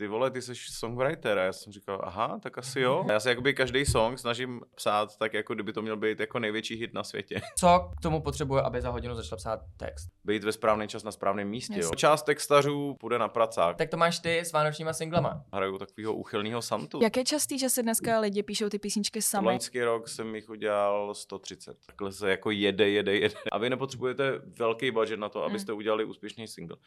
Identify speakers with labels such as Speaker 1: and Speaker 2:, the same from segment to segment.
Speaker 1: ty vole, ty jsi songwriter. A já jsem říkal, aha, tak asi jo. Já se jakoby každý song snažím psát tak, jako kdyby to měl být jako největší hit na světě.
Speaker 2: Co k tomu potřebuje, aby za hodinu začal psát text?
Speaker 1: Být ve správný čas na správném místě, jo. Část textařů půjde na pracák.
Speaker 2: Tak to máš ty s vánočníma singlama.
Speaker 1: Hraju takovýho úchylného Santu.
Speaker 3: Jak je častý, že si dneska lidi píšou ty písničky sami?
Speaker 1: Loňský rok jsem jich udělal 130. Takhle se jako jede. A vy nepotřebujete velký budget na to, abyste udělali úspěšný single.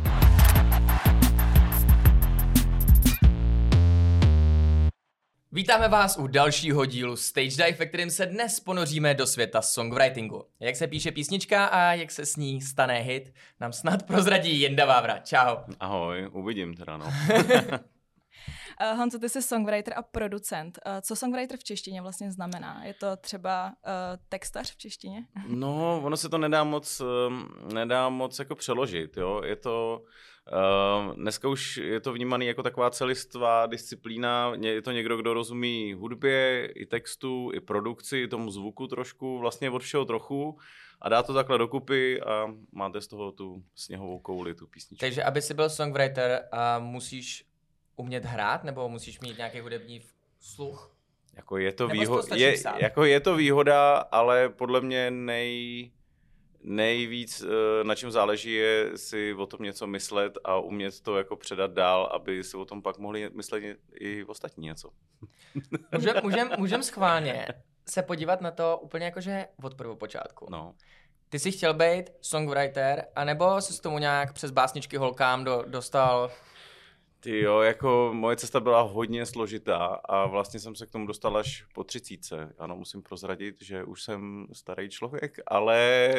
Speaker 2: Vítáme vás u dalšího dílu Stage Dive, ve kterém se dnes ponoříme do světa songwritingu. Jak se píše písnička a jak se s ní stane hit, nám snad prozradí Jenda Vávra. Čau.
Speaker 1: Ahoj, uvidím teda, no.
Speaker 3: Honzo, ty jsi songwriter a producent. Co songwriter v češtině vlastně znamená? Je to třeba textař v češtině?
Speaker 1: No, ono se to nedá moc jako přeložit, jo. Je to... dneska už je to vnímaný jako taková celistvá disciplína, je to někdo, kdo rozumí hudbě, i textu, i produkci, tomu zvuku trošku, vlastně od všeho trochu a dá to takhle dokupy a máte z toho tu sněhovou kouli, tu písničku.
Speaker 2: Takže aby si byl songwriter, musíš umět hrát, nebo musíš mít nějaký hudební sluch?
Speaker 1: Jako je to výhoda, ale podle mě nejvíc, na čem záleží, je si o tom něco myslet a umět to jako předat dál, aby si o tom pak mohli myslet i ostatní něco.
Speaker 2: Můžem schválně se podívat na to úplně jakože od prvopočátku.
Speaker 1: No.
Speaker 2: Ty jsi chtěl být songwriter, anebo jsi s tomu nějak přes básničky holkám dostal...
Speaker 1: Ty jo, jako moje cesta byla hodně složitá a vlastně jsem se k tomu dostal až po 30. Ano, musím prozradit, že už jsem starý člověk, ale...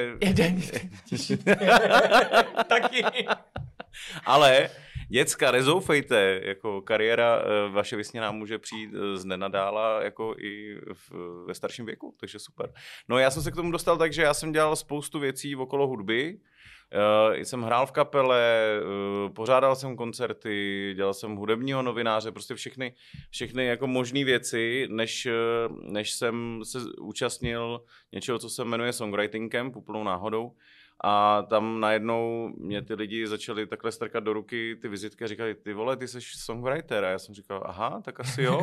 Speaker 2: Taky.
Speaker 1: Ale, děcka, nezoufejte, jako kariéra vaše vysněná může přijít z nenadála jako i ve starším věku, takže super. No já jsem se k tomu dostal tak, že já jsem dělal spoustu věcí okolo hudby. Jsem hrál v kapele, pořádal jsem koncerty, dělal jsem hudebního novináře, prostě všechny jako možné věci, než jsem se účastnil něčeho, co se jmenuje Songwriting Camp, úplnou náhodou. A tam najednou mě ty lidi začali takhle strkat do ruky ty vizitky a říkali, ty vole, ty jsi songwriter. A já jsem říkal, aha, tak asi jo.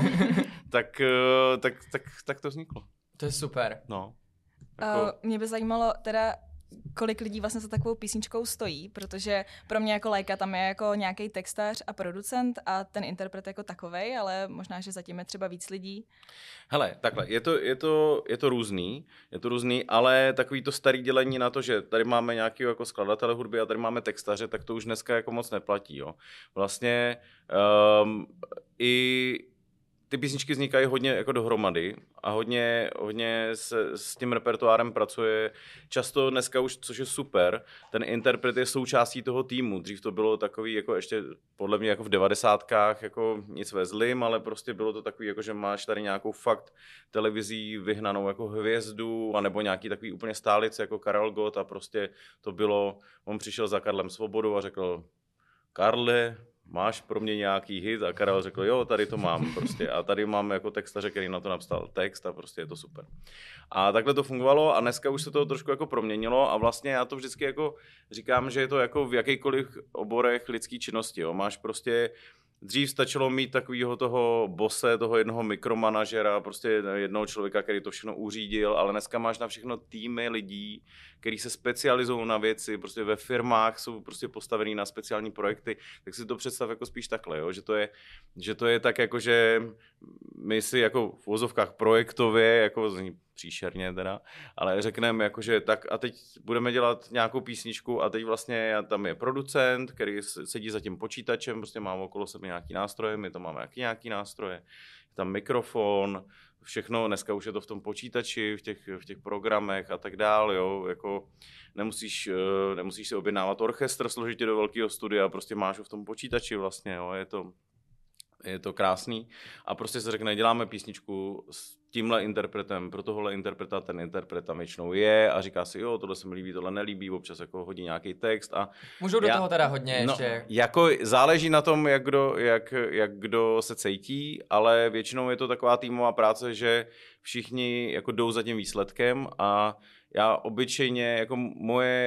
Speaker 1: tak to vzniklo.
Speaker 2: To je super.
Speaker 1: No.
Speaker 3: Mě by zajímalo teda, kolik lidí vlastně za takovou písničkou stojí, protože pro mě jako laika tam je jako nějaký textař a producent a ten interpret jako takovej, ale možná, že zatím je třeba víc lidí.
Speaker 1: Hele, takhle, je to různý, ale takový to starý dělení na to, že tady máme nějakého jako skladatele hudby a tady máme textaře, tak to už dneska jako moc neplatí, jo. Vlastně i ty písničky vznikají hodně jako dohromady a hodně se s tím repertoárem pracuje. Často dneska už, což je super, ten interpret je součástí toho týmu. Dřív to bylo takový, jako ještě podle mě jako v 90kách, jako nic ve zlým, ale prostě bylo to takový, jako že máš tady nějakou fakt televizí vyhnanou jako hvězdu, anebo nějaký takový úplně stálice jako Karel Gott a prostě to bylo, on přišel za Karlem Svobodou a řekl, Karle, máš pro mě nějaký hit? A Karel řekl, jo, tady to mám prostě. A tady mám jako textaře, který na to napsal text a prostě je to super. A takhle to fungovalo a dneska už se to trošku jako proměnilo a vlastně já to vždycky jako říkám, že je to jako v jakýchkoliv oborech lidský činnosti, jo. Máš prostě dřív stačilo mít takového toho bose, toho jednoho mikromanažera, prostě jednoho člověka, který to všechno uřídil, ale dneska máš na všechno týmy lidí, kteří se specializují na věci, prostě ve firmách jsou prostě postavený na speciální projekty, tak si to představ jako spíš takhle, jo? Že to je tak jako, že my si jako v uvozovkách projektově, jako zní příšerně teda, ale řekneme jako, že tak a teď budeme dělat nějakou písničku a teď vlastně tam je producent, který sedí za tím počítačem, prostě má okolo sebe nějaký nástroje, my to máme nějaký nástroje, je tam mikrofon, všechno, dneska už je to v tom počítači, v těch programech a tak dál, jo, jako nemusíš si objednávat orchestr složitě do velkého studia, prostě máš ho v tom počítači vlastně, jo, je to krásný a prostě se řekne, děláme písničku s tímhle interpretem, pro tohohle interpreta, ten interpret tam většinou je a říká si, jo, tohle se mi líbí, tohle nelíbí, občas jako hodí nějaký text a...
Speaker 2: Můžou do toho teda hodně ještě...
Speaker 1: Jako záleží na tom, jak kdo se cítí, ale většinou je to taková týmová práce, že všichni jako jdou za tím výsledkem a já obyčejně, jako moje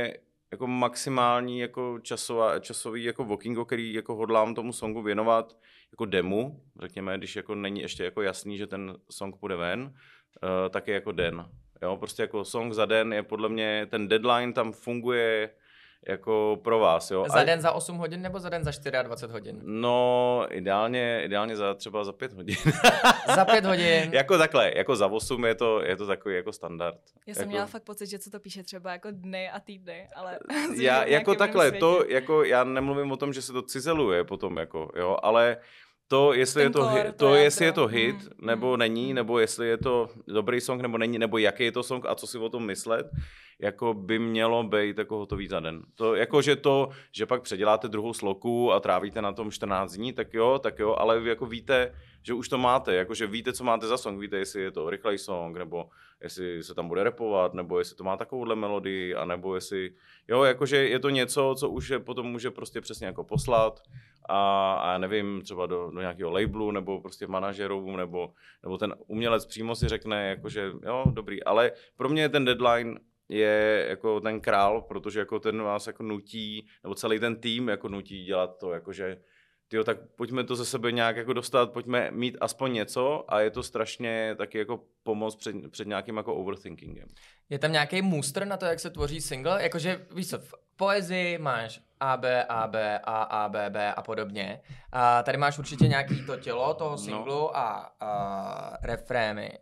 Speaker 1: jako maximální jako časový jako walkingo, který jako hodlám tomu songu věnovat jako demu, řekněme, když jako není ještě jako jasný, že ten song půjde ven, tak je jako den. Jo, prostě jako song za den je podle mě, ten deadline tam funguje jako pro vás, jo.
Speaker 2: Za den za 8 hodin nebo za den za 24 hodin?
Speaker 1: No, ideálně třeba za 5 hodin.
Speaker 2: Za 5 hodin.
Speaker 1: Jako takhle, jako za 8 je to takový jako standard.
Speaker 3: Já jsem
Speaker 1: jako...
Speaker 3: měla fakt pocit, že se to píše třeba jako dny a týdny, ale...
Speaker 1: Já jako takhle, to jako, já nemluvím o tom, že se to cizeluje potom, jako, jo, ale to, jestli je to hit, nebo není, nebo jestli je to dobrý song, nebo není, nebo jaký je to song a co si o tom myslet, jako by mělo být jako hotový za den. To, jako, že pak předěláte druhou sloku a trávíte na tom 14 dní, tak jo, ale vy jako víte, že už to máte, jako, že víte, co máte za song, víte, jestli je to rychlej song, nebo jestli se tam bude rapovat, nebo jestli to má takovouhle melodii, anebo jestli, jo, jakože je to něco, co už je potom může prostě přesně jako poslat, a já nevím, třeba do nějakého labelu, nebo prostě manažerům, nebo ten umělec přímo si řekne, jakože jo, dobrý, ale pro mě ten deadline je jako ten král, protože jako ten vás jako nutí, nebo celý ten tým jako nutí dělat to, jakože tyjo, tak pojďme to ze sebe nějak jako dostat, pojďme mít aspoň něco a je to strašně taky jako pomoc před nějakým jako overthinkingem.
Speaker 2: Je tam nějaký můstr na to, jak se tvoří single? Jakože, víš co, v poezii máš A, B, B, B a podobně. A tady máš určitě nějaký to tělo toho singlu a refrény.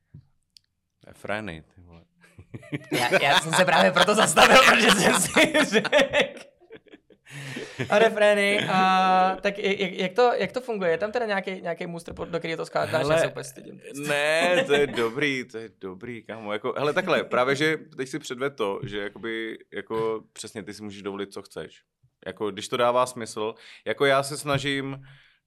Speaker 1: Refrény, ty vole.
Speaker 2: Já jsem se právě proto zastavil, protože jsem si řekl. A refrény. Tak jak to funguje? Je tam teda nějaký můstr, do který to skládáš? Já se úplně stydím.
Speaker 1: Ne, to je dobrý, kámo. Jako, hele, takhle, právě, že teď si předved to, že jakoby, jako přesně ty si můžeš dovolit, co chceš. Jako, když to dává smysl. Jako já se snažím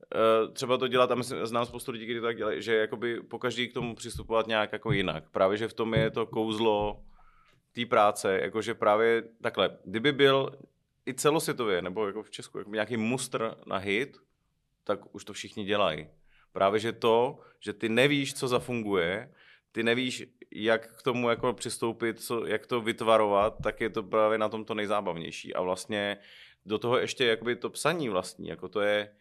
Speaker 1: třeba to dělat, a myslím, znám spoustu lidí, kteří to tak dělají, že jakoby pokaždý k tomu přistupovat nějak jako jinak. Právě, že v tom je to kouzlo té práce, jakože právě takhle, kdyby byl i celosvětově, nebo jako v Česku, jako nějaký mustr na hit, tak už to všichni dělají. Právě, že ty nevíš, co zafunguje, ty nevíš, jak k tomu jako přistoupit, jak to vytvarovat, tak je to právě na tom to nejzábavnější. A vlastně do toho ještě jakoby to psaní vlastní, jako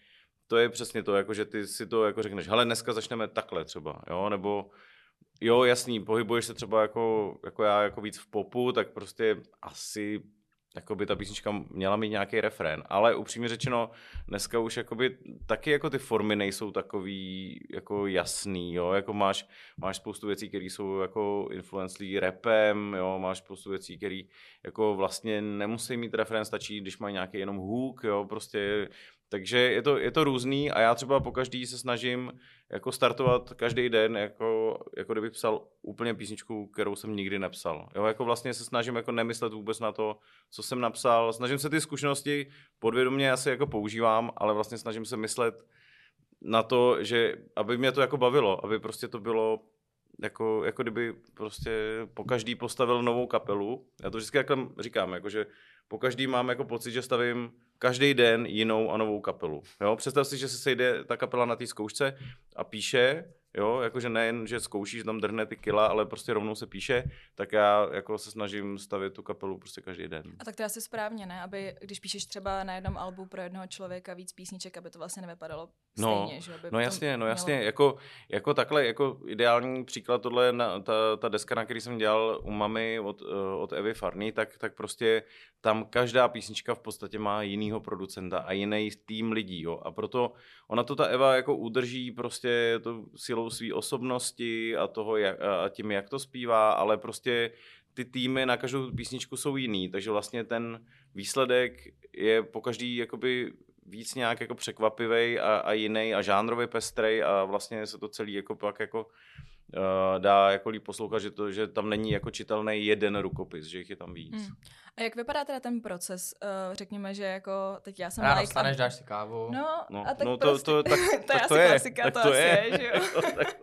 Speaker 1: to je přesně to, jako že ty si to jako řekneš, hele, dneska začneme takhle třeba, jo, nebo jo, jasný, pohybuješ se třeba jako já jako víc v popu, tak prostě asi jakoby ta písnička měla mít nějaký refrén, ale upřímně řečeno, dneska už jakoby taky jako ty formy nejsou takový jako jasný, jo, jako máš spoustu věcí, které jsou jako influencelí rapem, jo, máš spoustu věcí, které jako vlastně nemusí mít refrén, stačí, když mají nějaký jenom hook, jo, prostě. Takže je to různý a já třeba pokaždý se snažím jako startovat každý den, jako kdybych psal úplně písničku, kterou jsem nikdy nepsal. Jo, jako vlastně se snažím jako nemyslet vůbec na to, co jsem napsal. Snažím se ty zkušenosti podvědomě asi jako používám, ale vlastně snažím se myslet na to, že aby mě to jako bavilo, aby prostě to bylo jako kdyby prostě pokaždý postavil novou kapelu. Já to vždycky jako říkám, jakože pokaždý mám jako pocit, že stavím každý den jinou a novou kapelu. Jo? Představ si, že se sejde ta kapela na té zkoušce a píše, jo, jakože nejen, že zkouší, že tam drhne ty kila, ale prostě rovnou se píše, tak já jako se snažím stavět tu kapelu prostě každý den.
Speaker 3: A tak to je asi správně, ne? Aby když píšeš třeba na jednom albu pro jednoho člověka víc písniček, aby to vlastně nevypadalo stejně, že? Aby
Speaker 1: jasně, jako takhle, jako ideální příklad tohle je ta deska, na který jsem dělal u Mami od Evy Farný, tak prostě tam každá písnička v podstatě má jinýho producenta a jiný tým lidí, jo, a proto ona to ta Eva jako udrží prostě to silou své osobnosti a toho, a tím, jak to zpívá, ale prostě ty týmy na každou písničku jsou jiný, takže vlastně ten výsledek je pokaždý jakoby víc nějak jako překvapivej a jiný a žánrově pestrej a vlastně se to celý jako pak jako dá jako líp poslouchat, že tam není jako čitelný jeden rukopis, že jich je tam víc.
Speaker 3: A jak vypadá teda ten proces? Řekněme, že jako teď já jsem
Speaker 2: ráno vstaneš, dáš si kávu.
Speaker 3: A tak prostě, to je asi klasika, to asi je, že jo.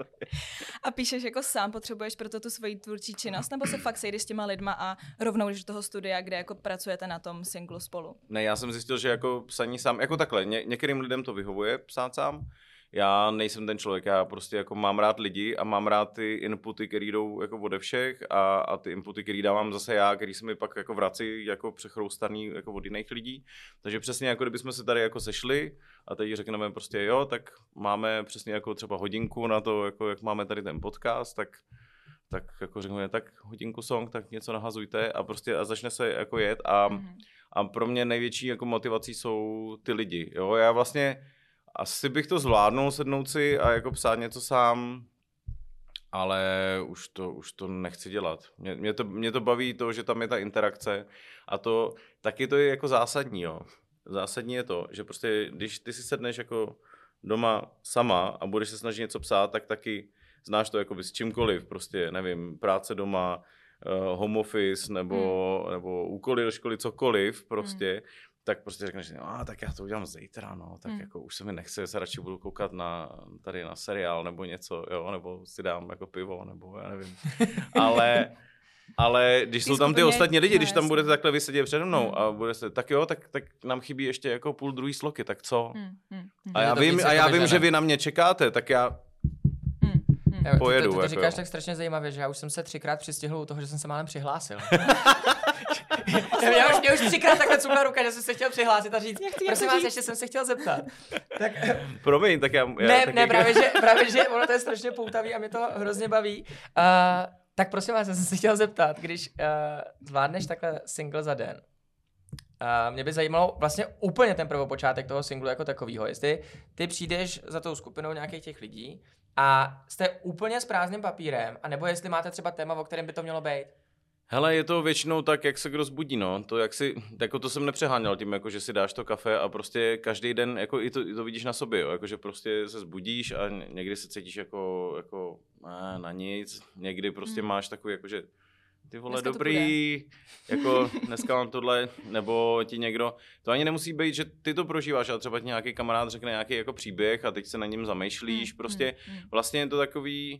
Speaker 3: A píšeš jako sám, potřebuješ proto tu svoji tvůrčí činnost, nebo se fakt sejdeš s těma lidma a rovnou jdeš do toho studia, kde jako pracujete na tom singlu spolu?
Speaker 1: Ne, já jsem zjistil, že jako psaní sám, jako takhle, některým lidem to vyhovuje psát sám, já nejsem ten člověk, já prostě jako mám rád lidi a mám rád ty inputy, které jdou jako ode všech a ty inputy, které dávám zase já, který se mi pak jako vrací jako přechroustaný jako od jiných lidí. Takže přesně jako kdybychom se tady jako sešli a teď řekneme prostě jo, tak máme přesně jako třeba hodinku na to, jako jak máme tady ten podcast, tak jako řekněme, tak hodinku song, tak něco nahazujte a prostě a začne se jako jet a pro mě největší jako motivací jsou ty lidi, jo, já vlastně asi bych to zvládnul sednout si a jako psát něco sám, ale už to nechci dělat. Mě to baví to, že tam je ta interakce a to taky to je jako zásadní, jo. Zásadní je to, že prostě když ty si sedneš jako doma sama a budeš se snažit něco psát, tak taky znáš to jako s čímkoliv, prostě nevím, práce doma, home office nebo úkoly do školy, cokoliv prostě, tak prostě řekneš, tak já to udělám zítra, no, tak jako už se mi nechce, se radši budu koukat tady na seriál nebo něco, jo, nebo si dám jako pivo, nebo já nevím, ale když jsou tam ty ostatní lidi, když tam budete takhle vysedět přede mnou a budete, tak jo, tak nám chybí ještě jako půl druhý sloky, tak co? A já vím, že vy na mě čekáte, tak já pojedu.
Speaker 2: Ty to říkáš tak strašně zajímavě, že já už jsem se 3krát přistihl u toho, že jsem se málem přihlásil. Mě už 3krát takhle cukla ruka, že jsem se chtěl přihlásit a říct, prosím vás, ještě jsem se chtěl zeptat. Tak,
Speaker 1: promiň, tak já
Speaker 2: ne, právě, že ono to je strašně poutavý a mě to hrozně baví. Tak prosím vás, já jsem se chtěl zeptat, když zvládneš takhle single za den, mě by zajímalo vlastně úplně ten prvopočátek toho singlu jako takovýho, jestli ty přijdeš za tou skupinou nějakých těch lidí a jste úplně s prázdným papírem, anebo jestli máte třeba téma, o kterém by to mělo být.
Speaker 1: Hele, je to většinou tak, jak se kdo zbudí, no. To, jak si, jako to jsem nepřeháněl tím, jako, že si dáš to kafe a prostě každý den, jako i to vidíš na sobě, jo. Jako, že prostě se zbudíš a někdy se cítíš jako na nic, někdy prostě máš takový, jako, že ty vole, dneska dobrý, jako dneska mám tohle, nebo ti někdo, to ani nemusí být, že ty to prožíváš, ale třeba ti nějaký kamarád řekne nějaký jako příběh a teď se na něm zamýšlíš, prostě vlastně je to takový,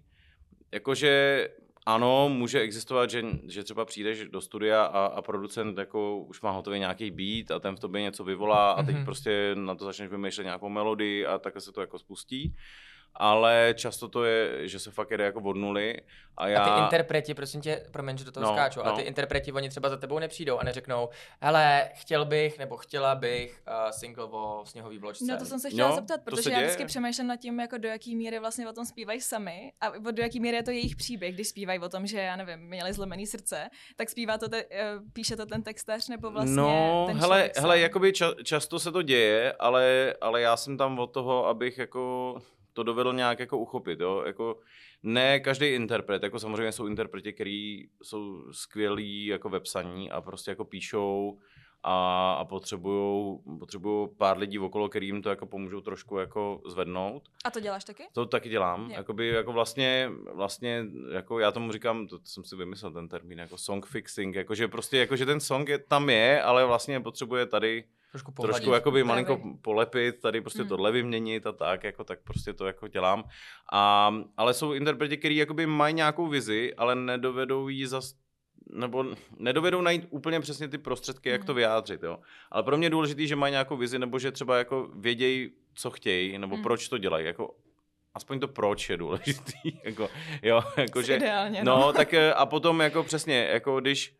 Speaker 1: jakože ano, může existovat, že třeba přijdeš do studia a producent jako už má hotový nějaký beat a ten v tobě něco vyvolá a teď prostě na to začneš vymýšlet nějakou melodii a takhle se to jako spustí. Ale často to je, že se fakt jede jako od nuly. A
Speaker 2: ty interpreti, prosím tě, promiň, že do toho skáču, ale ty interpreti, oni třeba za tebou nepřijdou a neřeknou, hele, chtěl bych nebo chtěla bych single o sněhový vločce.
Speaker 3: No to jsem se chtěla zeptat, protože já vždycky přemýšlím nad tím, jako do jaký míry vlastně o tom zpívají sami a do jaký míry je to jejich příběh, když zpívají o tom, že já nevím, měli zlomený srdce, tak zpívá to, píše to ten textař nebo vlastně ten člověk
Speaker 1: hele, jakoby často se to děje, ale já jsem tam od toho, abych jako to dovedl nějak jako uchopit, jo, jako ne každý interpret, jako samozřejmě jsou interpreti, kteří jsou skvělí jako ve psaní a prostě jako píšou a potřebujou pár lidí okolo, kterým to jako pomůžou trošku jako zvednout.
Speaker 3: A to děláš taky?
Speaker 1: To taky dělám, jakoby jako vlastně jako já tomu říkám, to jsem si vymyslel ten termín, jako song fixing, jakože prostě jakože ten song tam je, ale vlastně potřebuje tady trošku jakoby malinko polepit, tady prostě tohle vyměnit a tak, jako tak prostě to jako dělám. Ale jsou interpreti, kteří jakoby mají nějakou vizi, ale nedovedou jí nebo nedovedou najít úplně přesně ty prostředky, jak to vyjádřit, jo. Ale pro mě je důležitý, že mají nějakou vizi, nebo že třeba jako vědějí, co chtějí, nebo proč to dělají, jako aspoň to proč je důležitý, jako, jo, jakože,
Speaker 3: ideálně,
Speaker 1: no, tak a potom jako přesně, jako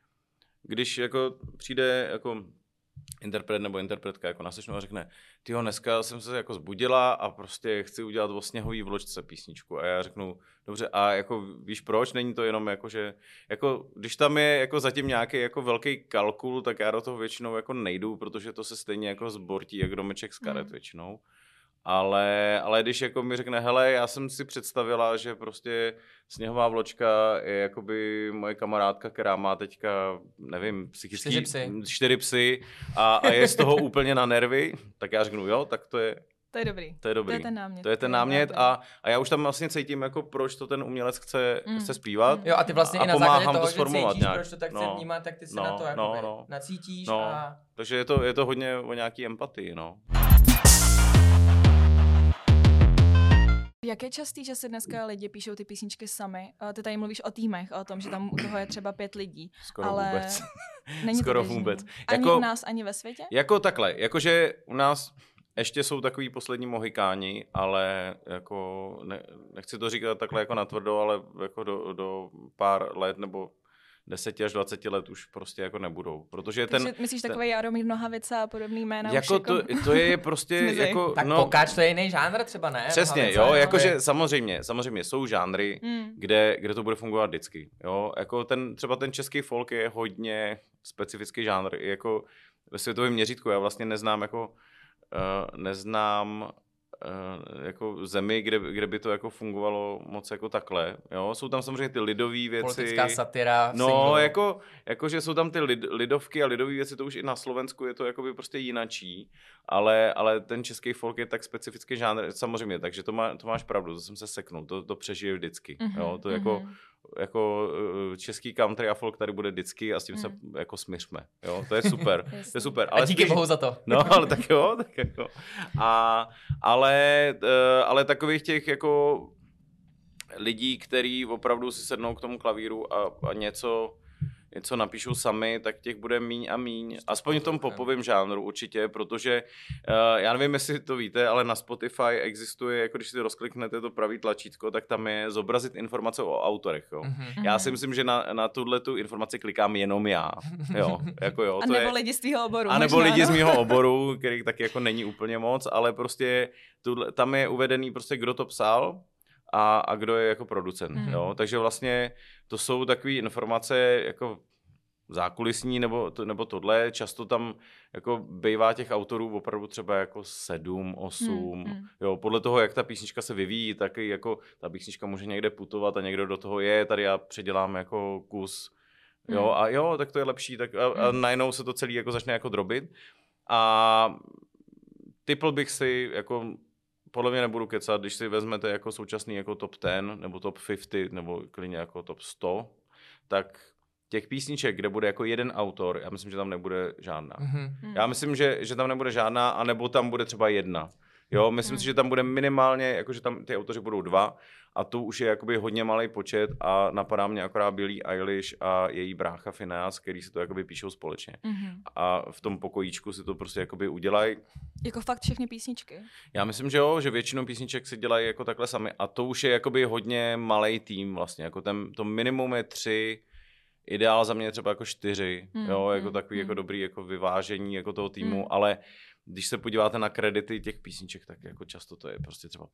Speaker 1: když jako přijde jako interpret nebo interpretka jako na sešnu a řekne, tyjo, dneska jsem se jako zbudila a prostě chci udělat o sněhový vločce písničku a já řeknu, dobře, a jako víš proč, není to jenom jako, že jako, když tam je jako zatím nějaký jako velký kalkul, tak já do toho většinou jako nejdu, protože to se stejně jako zbortí jak domeček z karet většinou. Ale když jako mi řekne, hele, já jsem si představila, že prostě sněhová vločka je jakoby moje kamarádka, která má teďka, nevím, psychický 4 psy a je z toho úplně na nervy, tak já řeknu, jo, tak to je
Speaker 3: dobrý.
Speaker 1: To je dobrý.
Speaker 3: To je ten námět.
Speaker 1: A já už tam vlastně cítím, jako proč to ten umělec chce zpívat.
Speaker 2: Jo, a ty vlastně i na základě toho, že cítíš,
Speaker 1: nějak.
Speaker 2: Proč to tak chce vnímat, tak ty se na to jako nacítíš. A...
Speaker 1: Takže je to hodně o nějaký empatii, no.
Speaker 3: Jak je častý, že si dneska lidi píšou ty písničky sami? Ty tady mluvíš o týmech, o tom, že tam u toho je třeba 5 lidí.
Speaker 1: Skoro vůbec.
Speaker 3: Není
Speaker 1: skoro
Speaker 3: to
Speaker 1: vůbec.
Speaker 3: Ani
Speaker 1: jako,
Speaker 3: u nás, ani ve světě?
Speaker 1: Jako takhle, jakože u nás, ještě jsou takový poslední mohikáni, ale jako nechci to říkat takhle jako natvrdo, ale jako do pár let nebo 10 až 20 let už prostě jako nebudou. Protože
Speaker 3: takže myslíš takový Jaromír Nohavica a podobný jména
Speaker 1: jako
Speaker 3: už jako...
Speaker 1: To je prostě jako...
Speaker 2: Tak pokáč to je jiný žánr třeba, ne?
Speaker 1: Přesně,
Speaker 2: Nohavice,
Speaker 1: jo, jakože samozřejmě jsou žánry, kde to bude fungovat vždycky, jo. Jako třeba ten český folk je hodně specifický žánr, jako ve světovém měřítku, já vlastně neznám jako zemi, kde by to jako fungovalo moc jako takhle, jo. Jsou tam samozřejmě ty lidové věci.
Speaker 2: Politická satira.
Speaker 1: No, že jsou tam ty lidovky a lidové věci, to už i na Slovensku je to jakoby prostě jinačí, ale ten český folk je tak specifický žánr, samozřejmě, takže to máš pravdu, to jsem se seknul, to přežije vždycky, jo, to jako český country a folk tady bude vždycky a s tím se jako smířme, jo, to je super, to je super.
Speaker 2: Ale díky bohu za to.
Speaker 1: No, ale tak jo. Ale takových těch jako lidí, kteří opravdu si sednou k tomu klavíru a něco napíšou sami, tak těch bude míň a míň. Aspoň v tom popovém žánru určitě, protože já nevím, jestli to víte, ale na Spotify existuje, jako když si rozkliknete to pravý tlačítko, tak tam je zobrazit informace o autorech. Jo. Já si myslím, že na tuhletu informaci klikám jenom já. Jo, jako jo,
Speaker 3: a nebo lidi z tvýho oboru.
Speaker 1: A nebo lidi z mýho oboru, kterých taky jako není úplně moc, ale prostě tam je uvedený prostě, kdo to psal, a kdo je jako producent. Jo? Takže vlastně to jsou takové informace jako zákulisní nebo tohle. Často tam jako bývá těch autorů opravdu třeba jako 7, 8. Jo? Podle toho, jak ta písnička se vyvíjí, tak jako ta písnička může někde putovat a někdo do toho je. Tady já předělám jako kus. Jo? A jo, tak to je lepší. Tak a najednou se to celý jako začne jako drobit. A tipl bych si jako podle mě nebudu kecat, když si vezmete jako současný jako top 10 nebo top 50 nebo klidně jako top 100, tak těch písniček, kde bude jako jeden autor, já myslím, že tam nebude žádná. Já myslím, že tam nebude žádná, anebo tam bude třeba jedna. Jo, myslím si, že tam bude minimálně, jakože tam ty autoři budou 2 a to už je jakoby hodně malý počet a napadá mě akorát Billie Eilish a její brácha Finneas, který si to jakoby píšou společně. A v tom pokojíčku si to prostě jakoby udělají.
Speaker 3: Jako fakt všechny písničky?
Speaker 1: Já myslím, že jo, že většinou písniček si dělají jako takhle sami a to už je jakoby hodně malej tým vlastně, jako to minimum je 3, ideál za mě je třeba jako 4, jo, jako takový jako dobrý jako vyvážení jako toho týmu, ale když se podíváte na kredity těch písniček, tak jako často to je prostě třeba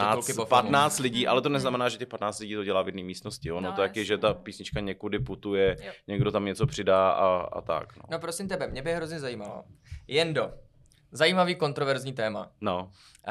Speaker 1: 15 lidí, ale to neznamená, že těch 15 lidí to dělá v jedné místnosti. Jo? No to je, že ta písnička někudy putuje, někdo tam něco přidá a tak.
Speaker 2: No prosím tebe, mě by hrozně zajímalo. Jendo, zajímavý kontroverzní téma.
Speaker 1: No.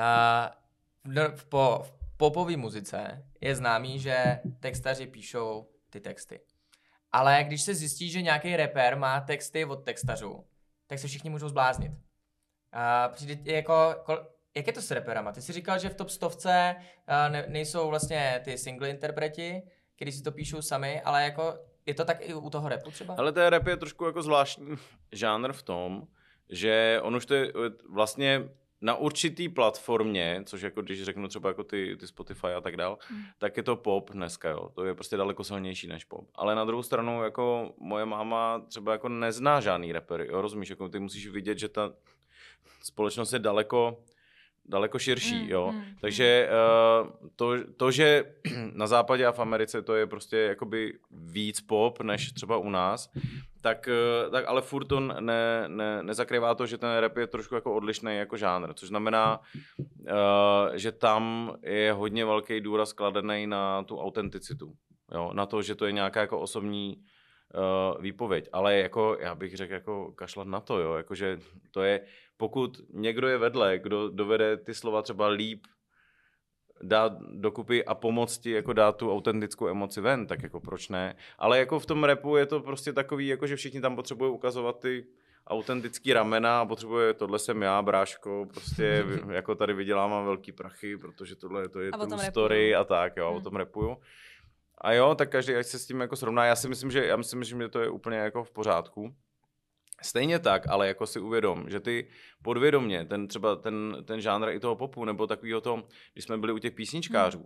Speaker 2: V popové muzice je známý, že textaři píšou ty texty. Ale když se zjistí, že nějaký rapper má texty od textařů, tak se všichni můžou zbláznit. Přijde jako, jak je to s raperama? Ty jsi říkal, že v top 100 nejsou vlastně ty single interpreti, kteří si to píšou sami, ale jako je to tak i u toho rapu třeba?
Speaker 1: Ale ten rap je trošku jako zvláštní žánr v tom, že on už to je vlastně na určitý platformě, což jako když řeknu třeba jako ty Spotify a tak dál, tak je to pop dneska, jo. To je prostě daleko silnější než pop. Ale na druhou stranu jako moje máma třeba jako nezná žádný rapper, jo, rozumíš? Jako ty musíš vidět, že ta společnost je daleko širší, jo. Takže to, že na západě a v Americe to je prostě jakoby víc pop než třeba u nás, tak ale furt to nezakrývá to, že ten rap je trošku jako odlišný jako žánr, což znamená, že tam je hodně velký důraz kladený na tu autenticitu, jo, na to, že to je nějaká jako osobní výpověď, ale jako já bych řekl jako kašlat na to, jo, jakože to je, pokud někdo je vedle, kdo dovede ty slova třeba líp dát dokupy a pomoct ti jako dát tu autentickou emoci ven, tak jako proč ne, ale jako v tom rapu je to prostě takový, jako že všichni tam potřebují ukazovat ty autentický ramena a potřebuje, tohle jsem já, bráško, prostě jako tady vydělávám velký prachy, protože tohle to je true story a tak, jo, o tom rapuju. A jo, tak každý ať se s tím jako srovná. Já si myslím, že to je úplně jako v pořádku. Stejně tak, ale jako si uvědom, že ty podvědomě, třeba ten žánr i toho popu, nebo takovýho toho, když jsme byli u těch písničkářů,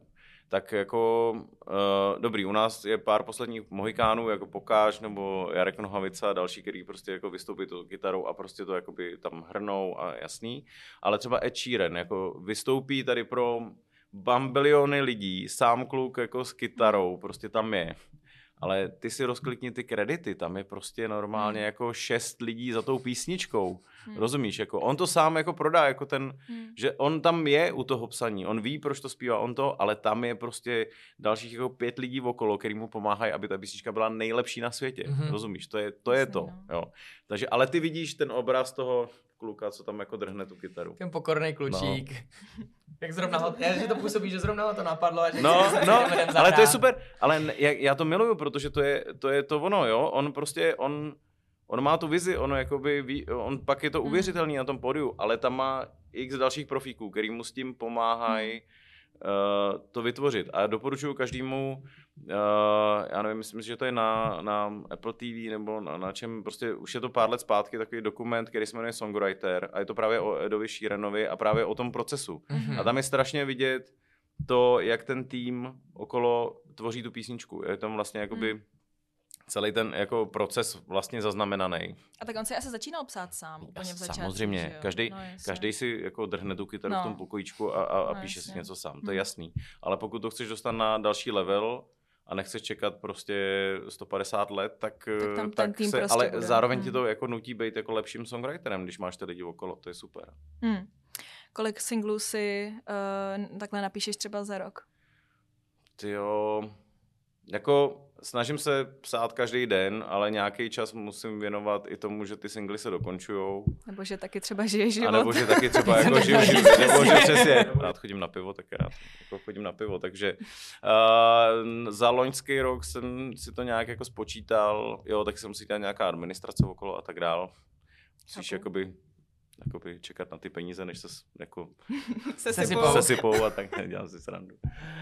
Speaker 1: tak jako dobrý, u nás je pár posledních mohikánů, jako Pokáč nebo Jarek Nohavica a další, který prostě jako vystoupí tou kytarou a prostě to jakoby tam hrnou a jasný, ale třeba Ed Sheeran jako vystoupí tady pro bambiliony lidí, sám kluk jako s kytarou, prostě tam je. Ale ty si rozklikni ty kredity, tam je prostě normálně jako 6 lidí za tou písničkou. Rozumíš? Jako on to sám jako prodá, jako ten, že on tam je u toho psaní, on ví, proč to zpívá on to, ale tam je prostě dalších jako 5 lidí okolo, který mu pomáhají, aby ta písnička byla nejlepší na světě. Rozumíš? To je to. Jo. Takže, ale ty vidíš ten obraz toho kluka, co tam jako drhne tu kytaru.
Speaker 2: Ten pokorný klučík. No. Jak zrovna ho, že to působí, že zrovna ho to napadlo a že
Speaker 1: ale to je super, ale já to miluju, protože to je to ono, jo, on prostě, on má tu vizi, on pak je to uvěřitelný na tom pódiu, ale tam má x dalších profíků, který mu s tím pomáhají to vytvořit a doporučuji každému, já nevím, myslím si, že to je na Apple TV nebo na čem, prostě už je to pár let zpátky takový dokument, který se jmenuje Songwriter a je to právě o Edovi Sheeranovi a právě o tom procesu. A tam je strašně vidět to, jak ten tým okolo tvoří tu písničku. Je tam vlastně jakoby celý ten jako proces vlastně zaznamenaný.
Speaker 3: A tak on si asi začínal psát sám úplně v začátku.
Speaker 1: Samozřejmě, každý si jako drhne tu kytaru v tom pokojíčku a píše si něco sám, to je jasný. Ale pokud to chceš dostat na další level a nechceš čekat prostě 150 let, tak
Speaker 3: ten tým
Speaker 1: se,
Speaker 3: prostě
Speaker 1: ale
Speaker 3: bude.
Speaker 1: zároveň ti to jako nutí být jako lepším songwriterem, když máš ty lidi okolo, to je super.
Speaker 3: Kolik singlů si takhle napíšeš třeba za rok?
Speaker 1: Tyjo, jako snažím se psát každý den, ale nějaký čas musím věnovat i tomu, že ty singly se dokončujou.
Speaker 3: Nebo že taky třeba žiješ život.
Speaker 1: A nebo že taky třeba jako žiju, nebo že přesně. Rád chodím na pivo, tak rád jako chodím na pivo, takže za loňský rok jsem si to nějak jako spočítal, jo, tak se musí dát nějaká administrace okolo a tak dál. Musíš jakoby čekat na ty peníze, než se jako sesypou a tak dělám si srandu.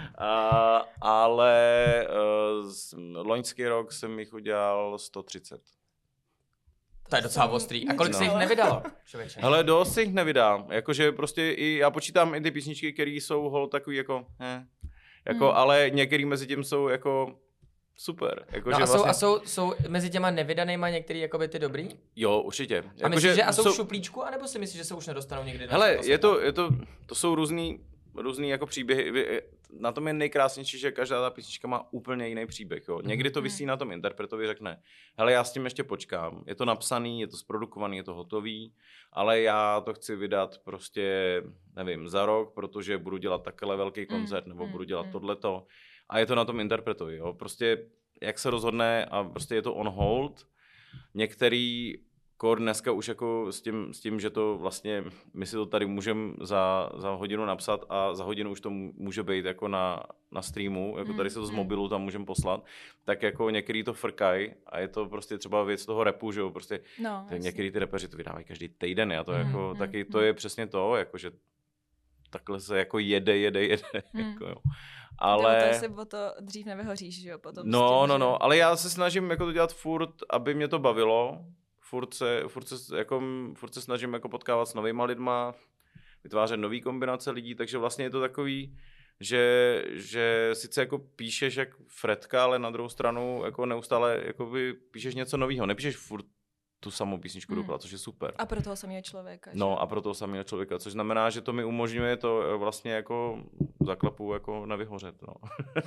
Speaker 1: Ale loňský rok jsem jich udělal 130.
Speaker 2: To je docela ostrý. A kolik se jich nevydalo, člověče?
Speaker 1: Hele, dost se jich nevydá. Jakože prostě já počítám i ty písničky, které jsou hol takový jako, ale některý mezi tím jsou jako super. Jako,
Speaker 2: no
Speaker 1: že
Speaker 2: a
Speaker 1: vlastně...
Speaker 2: jsou mezi těma nevydanýma některý jakoby ty dobrý?
Speaker 1: Jo, určitě.
Speaker 2: A myslíš, že jsou v šuplíčku, anebo si myslíš, že se už nedostanou někdy?
Speaker 1: Hele, to jsou různý jako příběhy. Na tom je nejkrásnější, že každá ta písnička má úplně jiný příběh. Jo. Někdy to visí na tom interpretovi, řekne, hele, já s tím ještě počkám. Je to napsaný, je to zprodukovaný, je to hotový, ale já to chci vydat prostě, nevím, za rok, protože budu dělat takhle velký koncert, nebo budu dělat tohleto. A je to na tom interpretovi, jo. Prostě jak se rozhodne a prostě je to on hold. Některý kor dneska už jako s tím, že to vlastně, my si to tady můžeme za hodinu napsat a za hodinu už to může být jako na streamu, jako tady se to z mobilu tam můžeme poslat, tak jako některý to frkají a je to prostě třeba věc toho rapu, že jo, prostě některý ty rapeři to vydávají každý týden, a to jako taky to je přesně to, jako že takhle se jako jede, jako jo. Ale
Speaker 3: to asi o to dřív nevyhoříš, že jo? Potom
Speaker 1: no, ale já se snažím jako to dělat furt, aby mě to bavilo. Furt se snažím jako potkávat s novýma lidma, vytvářet nový kombinace lidí, takže vlastně je to takový, že sice jako píšeš jak Fredka, ale na druhou stranu jako neustále jakoby píšeš něco nového, nepíšeš furt tu samou písničku dokola, což je super.
Speaker 3: A pro toho samého člověka.
Speaker 1: No a pro toho samého člověka, což znamená, že to mi umožňuje to vlastně jako zaklepu jako nevyhořet. No.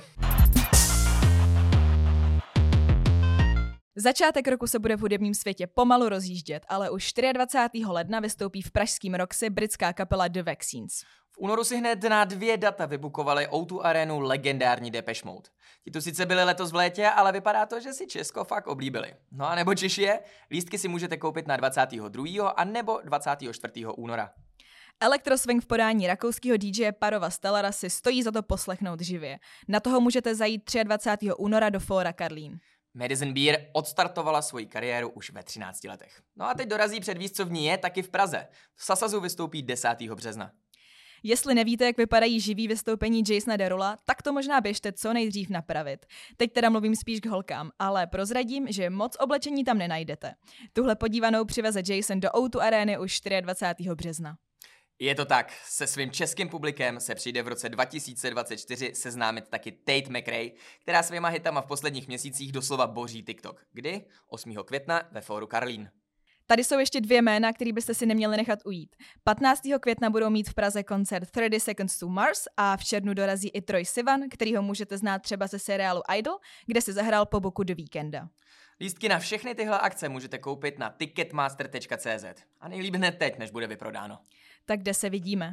Speaker 3: Začátek roku se bude v hudebním světě pomalu rozjíždět, ale už 24. ledna vystoupí v pražském Roxy britská kapela The Vaccines.
Speaker 2: V únoru si hned na 2 data vybukovali O2 Arenu legendární Depeche Mode. Ti tu sice byli letos v létě, ale vypadá to, že si Česko fakt oblíbili. No a nebo Češi je, lístky si můžete koupit na 22. a nebo 24. února.
Speaker 3: Elektroswing v podání rakouského DJ Parova Stellara si stojí za to poslechnout živě. Na toho můžete zajít 23. února do Fóra Karlín.
Speaker 2: Madison Beer odstartovala svoji kariéru už ve 13 letech. No a teď dorazí předvíst, co v ní je, taky v Praze. V Sasazu vystoupí 10. března.
Speaker 3: Jestli nevíte, jak vypadají živý vystoupení Jasona Derula, tak to možná běžte co nejdřív napravit. Teď teda mluvím spíš k holkám, ale prozradím, že moc oblečení tam nenajdete. Tuhle podívanou přiveze Jason do O2 Areny už 24. března.
Speaker 2: Je to tak, se svým českým publikem se přijde v roce 2024 seznámit taky Tate McRae, která svýma hitama v posledních měsících doslova boří TikTok. Kdy? 8. května ve Fóru Karlín.
Speaker 3: Tady jsou ještě 2 jména, který byste si neměli nechat ujít. 15. května budou mít v Praze koncert 30 Seconds to Mars a v červnu dorazí i Troye Sivan, kterýho můžete znát třeba ze seriálu Idol, kde si zahrál po boku The Weeknda.
Speaker 2: Lístky na všechny tyhle akce můžete koupit na ticketmaster.cz. A nejlíp hned teď, než bude vyprodáno.
Speaker 3: Tak kde se vidíme?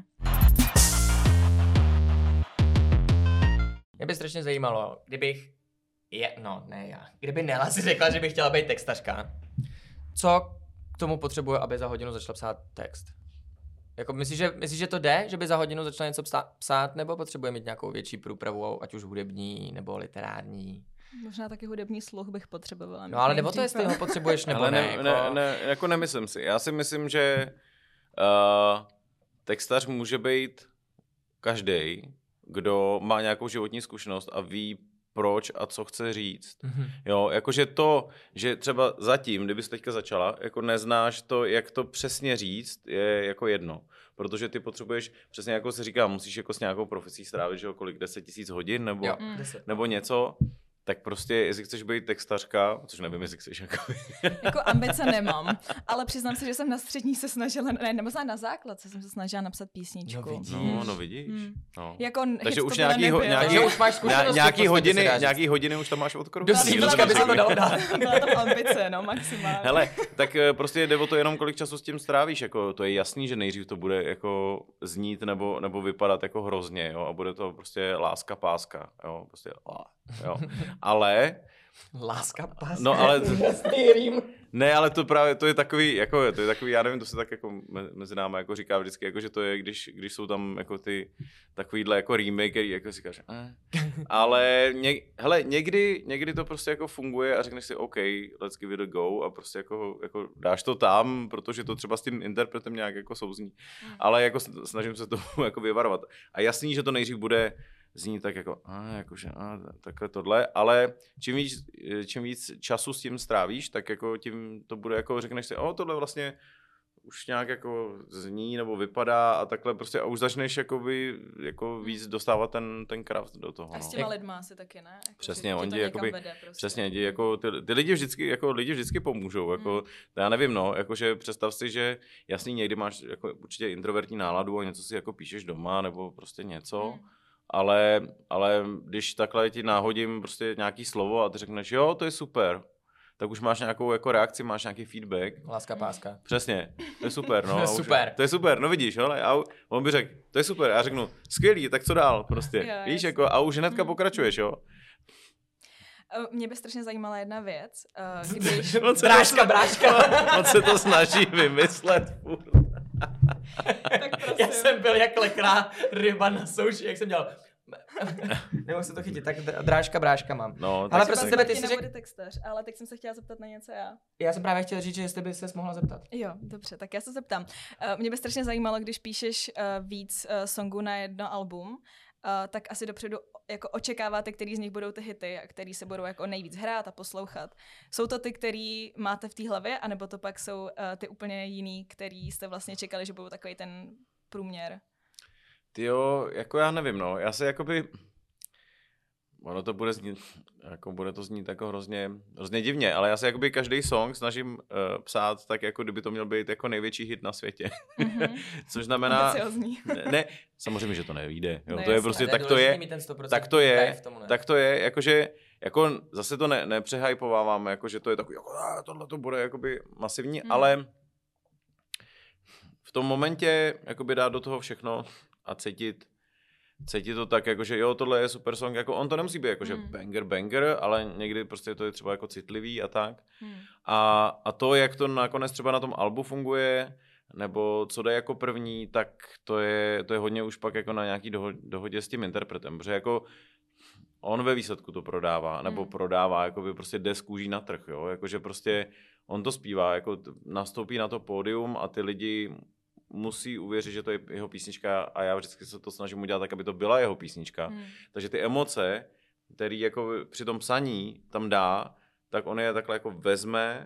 Speaker 2: Mě by strašně zajímalo, kdyby Nela si řekla, že by chtěla být textařka, co k tomu potřebuje, aby za hodinu začala psát text? Jako myslíš, že to jde, že by za hodinu začala něco psát, nebo potřebuje mít nějakou větší průpravu, ať už hudební nebo literární?
Speaker 3: Možná taky hudební sluch bych potřebovala.
Speaker 2: No ale nebo to, jestli ho potřebuješ, nebo ne.
Speaker 1: Jako nemyslím si. Já si myslím, že textař může být každý, kdo má nějakou životní zkušenost a ví, proč a co chce říct. Mm-hmm. Jo, jakože to, že třeba zatím, kdybys teďka začala, jako neznáš to, jak to přesně říct, je jako jedno. Protože ty potřebuješ, přesně jako se říká, musíš jako s nějakou profesí strávit, že jo, kolik 10 000 hodin nebo něco. Tak prostě, jestli chceš být textařka, což nevím, jestli chceš
Speaker 3: jako ambice nemám, ale přiznám se, že jsem na střední se snažila, nebo na základce jsem se snažila napsat písničku.
Speaker 1: No vidíš. No.
Speaker 3: Jako
Speaker 1: takže už
Speaker 2: už máš zkušenosti.
Speaker 1: Nějaký hodiny už tam máš od kruhu.
Speaker 2: Do CVčka by se to dalo dát.
Speaker 3: Byla tam ambice, no, maximálně.
Speaker 1: Hele, tak prostě jde o to jenom, kolik času s tím strávíš, jako to je jasný, že nejdřív to bude jako znít nebo vypadat jako hrozně, jo, a bude to prostě láska páska, jo, prostě jo. Ale
Speaker 2: láska páska.
Speaker 1: No ale ne, ale to právě to je takový, já nevím, to se tak jako mezi námi jako říká vždycky, jako že to je, když jsou tam jako ty takovýhle jako remake, který jako říkáš, ale hele, někdy to prostě jako funguje a řekneš si OK, let's give it a go a prostě jako dáš to tam, protože to třeba s tím interpretem nějak jako souzní, ale jako snažím se to jako vyvarovat. A jasný, že to nejdřív bude zní tak jako, takhle tohle, ale čím víc času s tím strávíš, tak jako tím to bude jako, řekneš si, tohle vlastně už nějak jako zní nebo vypadá a takhle prostě a už začneš jakoby, jako víc dostávat ten kraft do toho.
Speaker 3: A s těma lidma asi taky, ne? Jako,
Speaker 1: přesně, oni jakoby, prostě. Přesně, jako ty lidi vždycky pomůžou, jako, já nevím, jakože představ si, že jasný, někdy máš jako určitě introvertní náladu a něco si jako píšeš doma nebo prostě něco, ale když takhle ti náhodím prostě nějaký slovo a ty řekneš, jo, to je super, tak už máš nějakou jako reakci, máš nějaký feedback.
Speaker 2: Láska páska.
Speaker 1: Přesně, to je super, no.
Speaker 2: Super.
Speaker 1: To je super, no vidíš, hele, a on by řekl, to je super, já řeknu, skvělý, tak co dál, prostě,
Speaker 3: jo,
Speaker 1: víš, jako, a už hnedka pokračuješ, jo.
Speaker 3: Mě by strašně zajímala jedna věc, když...
Speaker 2: Bráška.
Speaker 1: On se to snaží vymyslet furt.
Speaker 3: Tak
Speaker 2: já jsem byl jak lekrá ryba na souši, jak jsem dělal... Nemohu se to chytit, tak bráška mám.
Speaker 1: No,
Speaker 3: ale prostě tebe ty si nebude textař, ale teď jsem se chtěla zeptat na něco já.
Speaker 2: Já jsem právě chtěla říct, že jestli by ses mohla zeptat.
Speaker 3: Jo, dobře, tak já se zeptám. Mě by strašně zajímalo, když píšeš víc songů na jedno album, tak asi dopředu jako očekáváte, který z nich budou ty hity a který se budou jako nejvíc hrát a poslouchat. Jsou to ty, který máte v té hlavě, anebo to pak jsou ty úplně jiný, který jste vlastně čekali, že budou takový ten průměr?
Speaker 1: Tyjo, jako já nevím, no. Já se jakoby... Ono to bude znít, jako bude to znít jako hrozně divně, ale já se jakoby každý song snažím psát tak, jako kdyby to měl být jako největší hit na světě. Mm-hmm. Což znamená... Ne, samozřejmě, že to nevyjde. Jo. To je prostě, tak to je, jakože, jako zase to nepřehypovávám, jakože to je takový, jako tohle to bude jakoby masivní, ale v tom momentě jakoby dát do toho všechno a cítit to tak, jakože jo, tohle je super song, jako on to nemusí být jakože banger, ale někdy prostě to je třeba jako citlivý a tak. A to, jak to nakonec třeba na tom albu funguje, nebo co jde jako první, tak to je hodně už pak jako na nějaký dohodě s tím interpretem, protože jako on ve výsledku to prodává, nebo prodává, jako by prostě jde z kůží na trh, jo, jakože prostě on to zpívá, jako nastoupí na to pódium a ty lidi musí uvěřit, že to je jeho písnička a já vždycky se to snažím udělat tak, aby to byla jeho písnička. Takže ty emoce, který jako při tom psaní tam dá, tak on je takhle jako vezme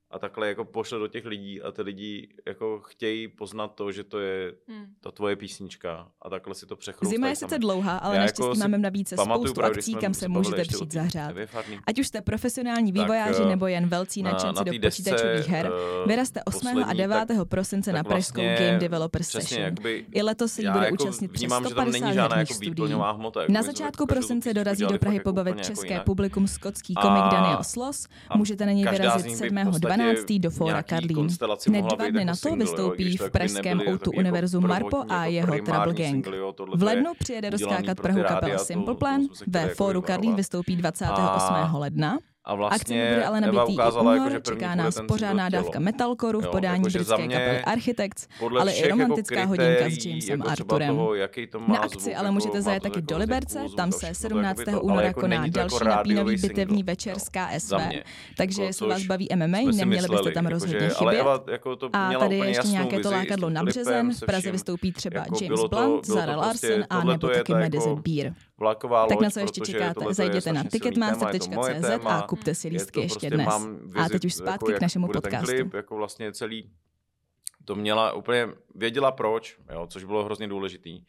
Speaker 1: a takhle jako pošle do těch lidí a ty lidi jako chtějí poznat to, že to je ta tvoje písnička a takhle si to přechroustají.
Speaker 3: Zima je sice dlouhá, ale naštěstí máme na více spoustu akcí, kam se můžete přijít zahřát. Ať už jste profesionální vývojáři nebo jen velcí nadšenci do počítačových her, vyrazte 8. a 9. prosince na pražskou Game Developer Session. I letos se jí bude účastnit přes 150 herních studií. Na začátku prosince dorazí do Prahy pobavit české publikum skotský komik Daniel Sloss. Můžete na něj vyrazit 7.12. do Fóra Karlín. Hned 2 dny na to vystoupí v pražském O2 univerzu Marpo a jeho Trouble Gang. V lednu přijede rozskákat Prahu kapela Simple Plan, ve Fóru Karlín vystoupí 28. ledna.
Speaker 1: A vlastně
Speaker 3: akce bude ale nabitý i únor, čeká nás pořádná dávka metalcoru v podání britské kapely Architects, ale i romantická hodinka s Jamesem Arthurem. Na akci ale můžete zajet taky do Liberce, tam se 17. února koná další napínavý bitevní večer z KSV, takže jestli vás baví MMA, neměli byste tam rozhodně chybět. A tady je ještě nějaké to lákadlo na březen, v Praze vystoupí třeba James Blunt, Zara Larson a nebo taky Medicine Beer. Tak na co ještě čekáte? Zajděte na ticketmaster.cz a kupte si lístky ještě dnes. A teď už zpátky k našemu podcastu.
Speaker 1: Klip, jako vlastně celý to měla úplně, věděla proč, jo, což bylo hrozně důležitý.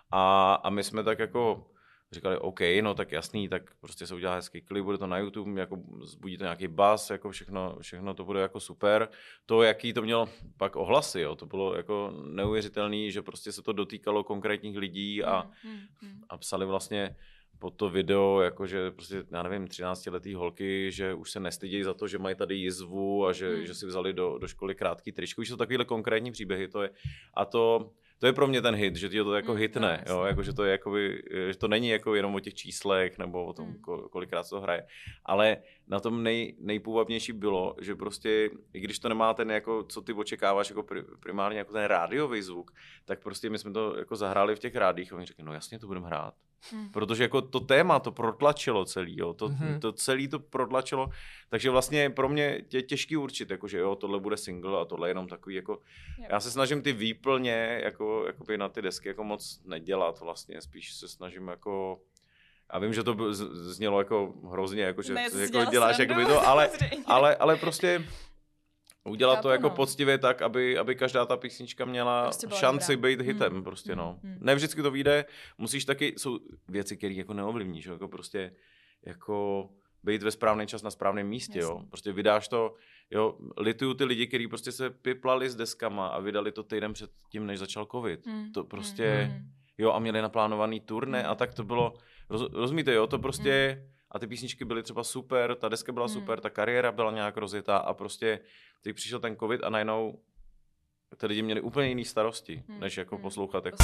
Speaker 1: A my jsme tak jako říkali, OK, no tak jasný, tak prostě se udělá hezký klip, bude to na YouTube, jako zbudí to nějaký buzz, jako všechno to bude jako super. To, jaký to mělo pak ohlasy, jo, to bylo jako neuvěřitelný, že prostě se to dotýkalo konkrétních lidí a psali vlastně pod to video, jakože prostě, já nevím, 13letý holky, že už se nestydějí za to, že mají tady jizvu a že si vzali do školy krátký tričku. Už jsou takovýhle konkrétní příběhy, to je. A to je pro mě ten hit, že ti to jako hitne, jo, jako, že to je jakoby, že to není jako jenom o těch číslech nebo o tom, kolikrát se to hraje, ale na tom nejpůvabnější bylo, že prostě, i když to nemá ten, jako, co ty očekáváš, jako primárně jako ten rádiový zvuk, tak prostě my jsme to jako zahráli v těch rádích a oni řekli, no jasně, to budeme hrát. Protože jako to téma to protlačilo celý, jo, to celý to protlačilo, takže vlastně pro mě je těžký určit, jako, že jo, tohle bude single a tohle je jenom takový, jako, já se snažím ty výplně, jako na ty desky jako moc nedělat vlastně, spíš se snažím jako, já vím, že to znělo jako hrozně, jako, že jako děláš jakoby to, ale prostě udělat to jako poctivě tak, aby každá ta písnička měla prostě šanci být hitem, prostě no. Ne vždycky to vyjde, musíš taky, jsou věci, které jako neovlivníš, jako prostě jako být ve správný čas na správném místě, jo. Prostě vydáš to, jo, lituju ty lidi, kteří prostě se piplali s deskama a vydali to týden před tím, než začal covid. To prostě, jo, a měli naplánovaný turné a tak to bylo, rozumíte, jo, to prostě, a ty písničky byly třeba super, ta deska byla super, ta kariéra byla nějak rozjetá a prostě teď přišel ten covid a najednou ty lidi měli úplně jiný starosti, než jako poslouchat. Jako...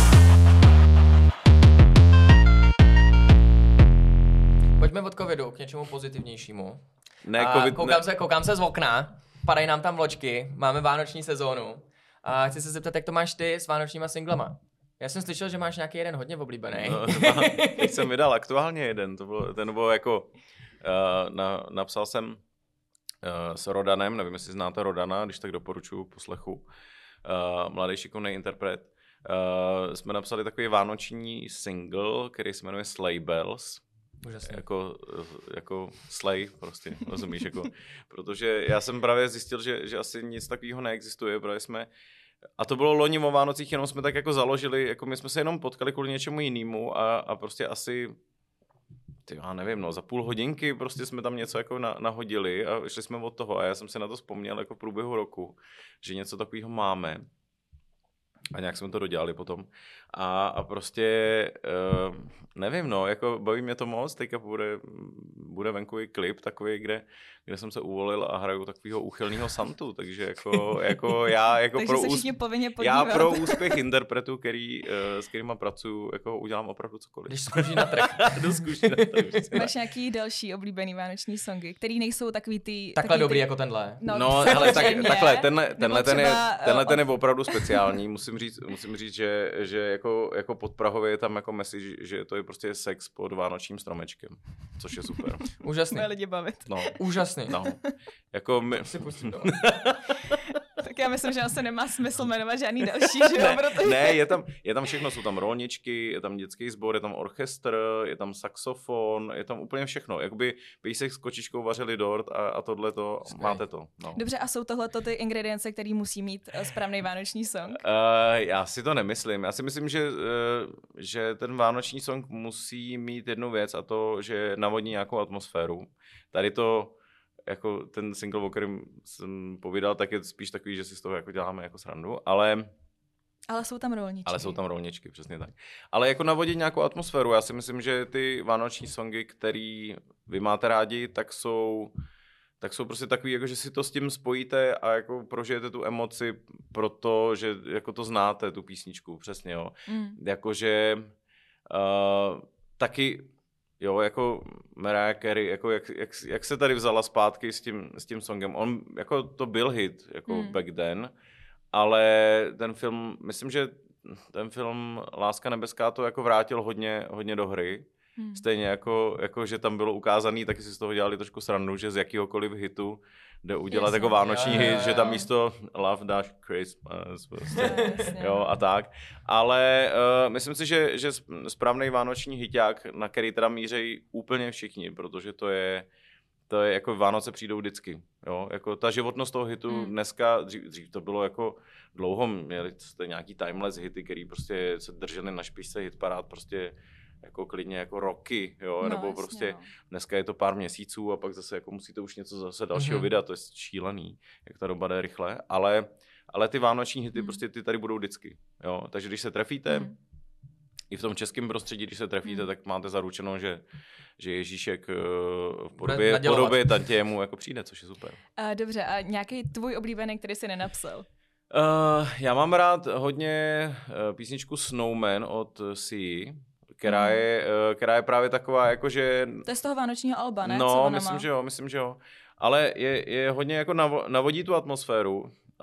Speaker 2: Pojďme od covidu k něčemu pozitivnějšímu.
Speaker 1: Ne, COVID,
Speaker 2: koukám se z okna, padají nám tam vločky, máme vánoční sezónu a chci se zeptat, jak to máš ty s vánočníma singlama? Já jsem slyšel, že máš nějaký jeden hodně oblíbený.
Speaker 1: No, teď jsem vydal aktuálně jeden, ten byl jako, napsal jsem s Rodanem, nevím, jestli znáte Rodana, když tak doporučuji poslechu, mladý šikovný interpret. Jsme napsali takový vánoční single, který se jmenuje Sleigh Bells.
Speaker 2: Úžasně.
Speaker 1: Jako sleigh prostě, rozumíš, jako, protože já jsem právě zjistil, že asi nic takového neexistuje, protože jsme, a to bylo loni o Vánocích, jenom jsme tak jako založili, jako my jsme se jenom potkali kvůli něčemu jinému a prostě asi, já nevím, no, za půl hodinky prostě jsme tam něco jako nahodili a šli jsme od toho a já jsem si na to vzpomněl jako v průběhu roku, že něco takového máme. A nějak jsme to dodělali potom. A prostě, nevím, no, jako baví mě to moc, teďka bude venku i klip takový, kde jsem se uvolil a hraju takového úchylného Santu, takže jako já jako pro úspěch interpretů, s kterýma pracuju, jako udělám opravdu cokoliv.
Speaker 2: Když zkuší na trh.
Speaker 3: Máš nějaký další oblíbený vánoční songy, který nejsou takový ty...
Speaker 2: Takhle dobrý jako tenhle.
Speaker 1: No ale takhle, tenhle je opravdu speciální, musím říct, že jako podprahově je tam jako message, že to je prostě sex pod vánočním stromečkem, což je super.
Speaker 2: Úžasný.
Speaker 3: Bude lidi bavit.
Speaker 1: No.
Speaker 2: Úžasný.
Speaker 1: No. Jako
Speaker 2: si pustím to.
Speaker 3: Tak tak já myslím, že asi nemá smysl jmenovat žádný další, že jo? Protože...
Speaker 1: Ne, je tam všechno, jsou tam rolničky, je tam dětský sbor, je tam orchestr, je tam saxofon, je tam úplně všechno. Jakoby pejsek s kočičkou vařili dort a tohleto, máte to. No.
Speaker 3: Dobře, a jsou tohleto ty ingredience, který musí mít správný vánoční song?
Speaker 1: Já si to nemyslím. Já si myslím, že ten vánoční song musí mít jednu věc a to, že navodní nějakou atmosféru. Tady to, jako ten single, o kterém jsem povídal, tak je spíš takový, že si z toho jako děláme jako srandu, ale
Speaker 3: jsou tam rolničky.
Speaker 1: Ale jsou tam rolničky, přesně tak. Ale jako navodit nějakou atmosféru, já si myslím, že ty vánoční songy, který vy máte rádi, tak jsou prostě takový, jako že si to s tím spojíte a jako prožijete tu emoci, protože jako to znáte, tu písničku, přesně, jo. Jakože taky, jo, jako Mariah Carey, jako jak se tady vzala zpátky s tím songem. On, jako to byl hit, jako back then, ale ten film, myslím, že ten film Láska nebeská to jako vrátil hodně do hry. Stejně jako že tam bylo ukázaný, taky si z toho dělali trošku srandu, že z jakýhokoliv hitu jde udělat jako vánoční hit, že tam místo Love Dash Christmas prostě, jo, a tak. Ale myslím si, že správný vánoční hiťák, na který teda mířejí úplně všichni, protože to je jako Vánoce přijdou vždycky, jo, jako ta životnost toho hitu dneska, dřív to bylo jako dlouho, měli jste nějaký timeless hity, který prostě se drželi na špičce hitparád prostě jako klidně jako roky, jo,
Speaker 3: no,
Speaker 1: nebo
Speaker 3: jasně,
Speaker 1: prostě
Speaker 3: no.
Speaker 1: Dneska je to pár měsíců a pak zase jako musíte už něco zase dalšího vydat, to je šílený, jak ta doba jde rychle, ale ty vánoční hity prostě ty tady budou vždycky, jo, takže když se trefíte, i v tom českém prostředí, když se trefíte, tak máte zaručeno, že Ježíšek v podobě tantiému jako přijde, což je super.
Speaker 3: Dobře, a nějaký tvůj oblíbený, který jsi nenapsal?
Speaker 1: Já mám rád hodně písničku Snowman od Sia, která je právě taková, jakože...
Speaker 3: To je z toho vánočního alba, ne?
Speaker 1: No, myslím, že jo. Ale je hodně jako navodí tu atmosféru a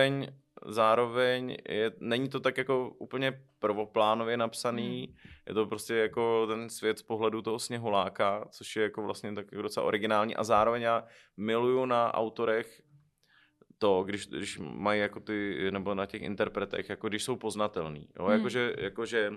Speaker 1: zároveň není to tak jako úplně prvoplánově napsaný, je to prostě jako ten svět z pohledu toho sněhuláka, což je jako vlastně tak jako docela originální a zároveň já miluju na autorech to, když mají jako ty, nebo na těch interpretech, jako když jsou poznatelný, jo, jakože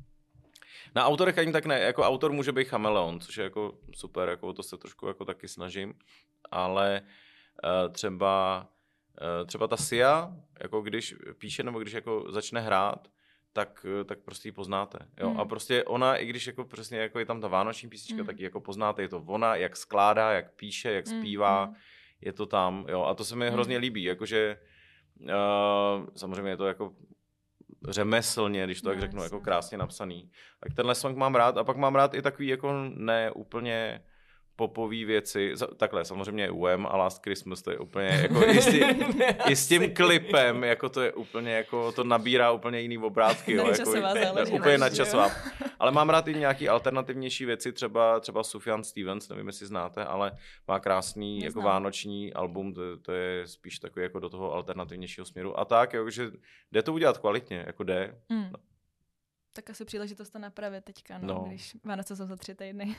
Speaker 1: na autorech ani tak ne, jako autor může být chameleon, což je jako super, jako to se trošku jako taky snažím, ale třeba ta Sia, jako když píše nebo když jako začne hrát, tak prostě ji poznáte, jo, a prostě ona, i když jako přesně jako je tam ta vánoční písnička, tak ji jako poznáte, je to ona, jak skládá, jak píše, jak zpívá, je to tam, jo, a to se mi hrozně líbí, jakože samozřejmě je to jako řemeslně, když to tak řeknu, jako krásně napsaný. Tak tenhle song mám rád a pak mám rád i takový jako ne úplně popový věci. Takhle, samozřejmě UM a Last Christmas, to je úplně jako i s tím klipem, jako to je úplně jako, to nabírá úplně jiný obrázky, jo, jako, úplně nadčasová. Ale mám rád i nějaký alternativnější věci, třeba Sufjan Stevens, nevím, jestli znáte, ale má krásný jako vánoční album, to je spíš takový jako do toho alternativnějšího směru. A tak, jo, že jde to udělat kvalitně, jako jde. No.
Speaker 3: Tak asi příležitost to napravit teďka, když Vánoce jsou za 3 týdny.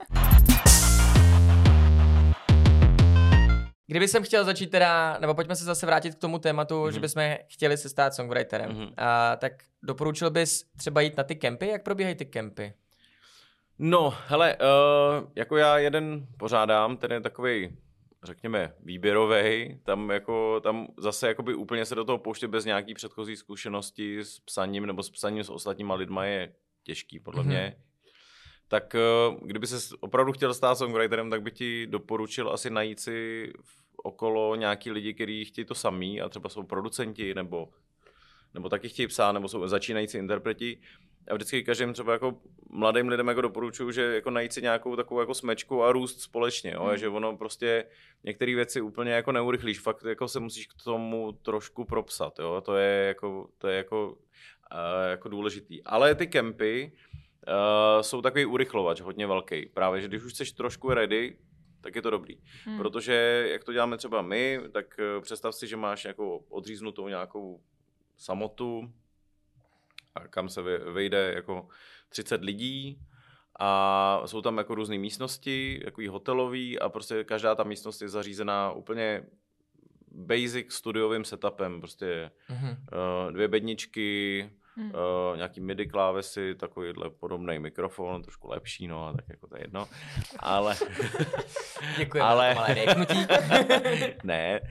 Speaker 2: Kdyby jsem chtěl začít teda, nebo pojďme se zase vrátit k tomu tématu, že bychom chtěli se stát songwriterem, tak doporučil bys třeba jít na ty kempy? Jak probíhají ty kempy?
Speaker 1: No, hele, jako já jeden pořádám, ten je takovej, řekněme, výběrovej, tam zase jakoby úplně se do toho pouštět bez nějaký předchozí zkušenosti s psaním nebo s psaním s ostatníma lidma je těžký, podle mě. Tak kdyby se opravdu chtěl stát songwriterem, tak by ti doporučil asi najít si okolo nějaký lidi, kteří chtějí to samý a třeba jsou producenti nebo taky chtějí psát, nebo jsou začínající interpreti. A vždycky každým třeba jako mladým lidem jako doporučuju, že jako najít si nějakou takovou jako smečku a růst společně, jo? Že ono prostě některé věci úplně jako neurychlíš, fakt jako se musíš k tomu trošku propsat, jo? To je jako důležitý. Ale ty kempy jsou takový urychlovač, hodně velký. Právě, že když už jsi trošku ready, tak je to dobrý. Protože jak to děláme třeba my, tak představ si, že máš nějakou odříznutou nějakou samotu, a kam se vejde jako 30 lidí a jsou tam jako různé místnosti, takový hotelový a prostě každá ta místnost je zařízená úplně basic studiovým setupem, prostě 2 bedničky, nějaký MIDI klávesy, takovýhle podobný mikrofon, trošku lepší, no a tak jako to je jedno, ale...
Speaker 2: Děkujeme za to malé rejknutí.
Speaker 1: Ne,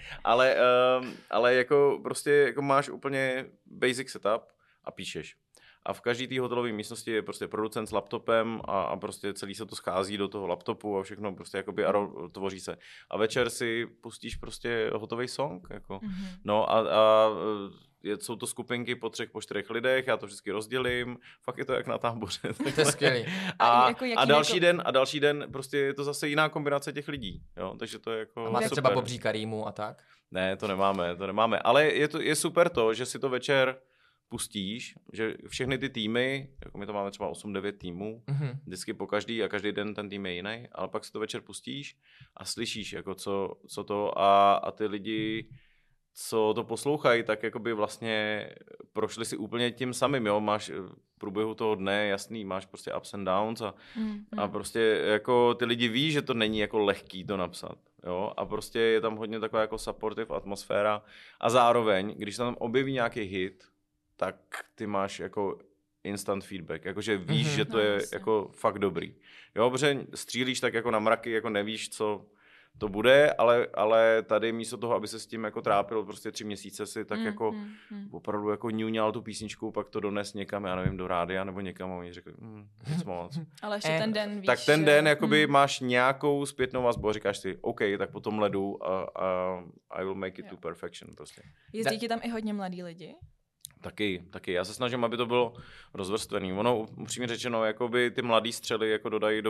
Speaker 1: ale jako prostě jako máš úplně basic setup a píšeš. A v každé té hotelové místnosti je prostě producent s laptopem a prostě celý se to schází do toho laptopu a všechno prostě jakoby tvoří se. A večer si pustíš prostě hotový song, jako. No a jsou to skupinky po 3, po 4 lidech, já to vždycky rozdělím, fakt je to jak na táboře.
Speaker 2: To je skvělý.
Speaker 1: A další den prostě je to zase jiná kombinace těch lidí, jo, takže to je jako
Speaker 2: a máte třeba Bobříka Rýmu a tak?
Speaker 1: Ne, to nemáme, ale je super to, že si to večer pustíš, že všechny ty týmy, jako my to máme třeba 8-9 týmů, vždycky po každý a každý den ten tým je jiný, ale pak si to večer pustíš a slyšíš, jako co to a ty lidi, co to poslouchají, tak jakoby vlastně prošli si úplně tím samým, jo, máš v průběhu toho dne, jasný, máš prostě ups and downs a prostě jako ty lidi ví, že to není jako lehký to napsat, jo, a prostě je tam hodně taková jako supportive atmosféra a zároveň, když se tam objeví nějaký hit, tak ty máš jako instant feedback, jakože víš, že to je jako fakt dobrý. Jo, protože střílíš tak jako na mraky, jako nevíš, co to bude, ale tady místo toho, aby se s tím jako trápil prostě 3 měsíce si tak jako opravdu jako ňuňal tu písničku, pak to dones někam, já nevím, do rádia nebo někam a oni řekli, nic moc.
Speaker 3: Ale ještě ten den víš,
Speaker 1: tak ten den jakoby máš nějakou zpětnou vazbu a říkáš si, OK, tak potom ledu a I will make it to perfection prostě.
Speaker 3: Jezdí ti tam i hodně mladí lidi?
Speaker 1: Taky. Já se snažím, aby to bylo rozvrstvený. Ono, upřímně řečeno, jakoby ty mladý střely jako dodají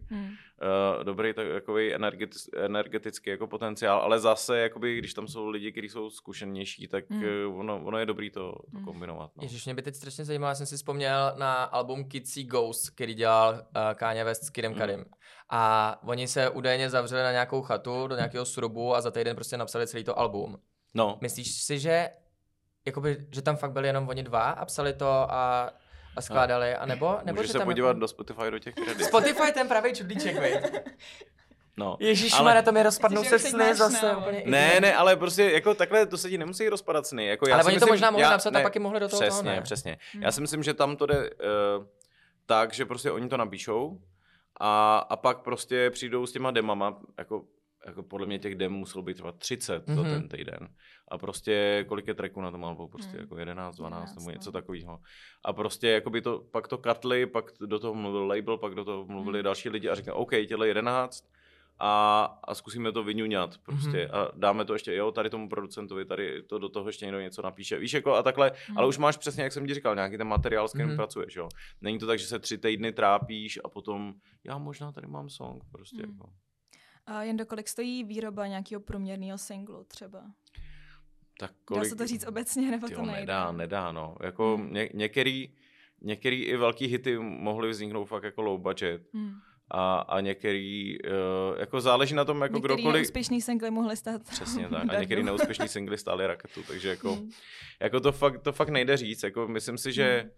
Speaker 1: dobrý takový energetický jako potenciál, ale zase, jakoby, když tam jsou lidi, kteří jsou zkušenější, tak ono je dobrý to kombinovat. No.
Speaker 2: Ježiš, mě by teď strašně zajímalo, já jsem si vzpomněl na album Kids See Ghosts, který dělal Kanye West s Kidem Cudim. A oni se údajně zavřeli na nějakou chatu, do nějakého srubu a za týden prostě napsali celý to album.
Speaker 1: No.
Speaker 2: Myslíš si, že jakoby, že tam fakt byli jenom oni 2 a psali to a skládali, a nebo
Speaker 1: můžeš
Speaker 2: že
Speaker 1: se
Speaker 2: tam
Speaker 1: podívat
Speaker 2: jako...
Speaker 1: do Spotify, do těch kredit.
Speaker 2: Spotify ten pravý čudlíček, viď?
Speaker 1: No.
Speaker 2: Ježišmarja, to mi rozpadnou se sny zase. Úplně
Speaker 1: ne, ale prostě jako takhle to se ti nemusí rozpadat sny. Jako
Speaker 2: ale oni to možná mohli napsat a pak i mohli do toho.
Speaker 1: Přesně. Já si myslím, že tam to jde tak, že prostě oni to napíšou a pak prostě přijdou s těma demama, jako podle mě těch dem muselo být třeba 30 za ten týden. A prostě kolik je tracků na tom albu? Prostě jako 11, 12 nebo něco takového. A prostě jakoby to, pak to katli, pak do toho mluvil label, pak do toho mluvili další lidi a říkali, OK, těhle 11 a zkusíme to vyňuňat prostě a dáme to ještě, jo, tady tomu producentovi, tady to do toho ještě někdo něco napíše. Víš, jako a takhle, ale už máš přesně, jak jsem ti říkal, nějaký ten materiál, s kterým pracuješ, jo. Není to tak, že se 3 týdny trápíš a potom, já možná tady mám song, prostě jako.
Speaker 3: A jen dokolik stojí výroba nějakého průměrného singlu třeba?
Speaker 1: Tak kolik...
Speaker 3: Dá se to říct obecně, nebo to nejde?
Speaker 1: Nedá, no. Jako některý i velký hity mohly vzniknout fakt jako low budget. A některý, jako záleží na tom, jako
Speaker 3: některý
Speaker 1: kdokoliv...
Speaker 3: Některý neúspěšný singly mohly stát.
Speaker 1: Přesně tak. A některý neúspěšný singly stály raketu. Takže jako to fakt nejde říct. Jako myslím si, že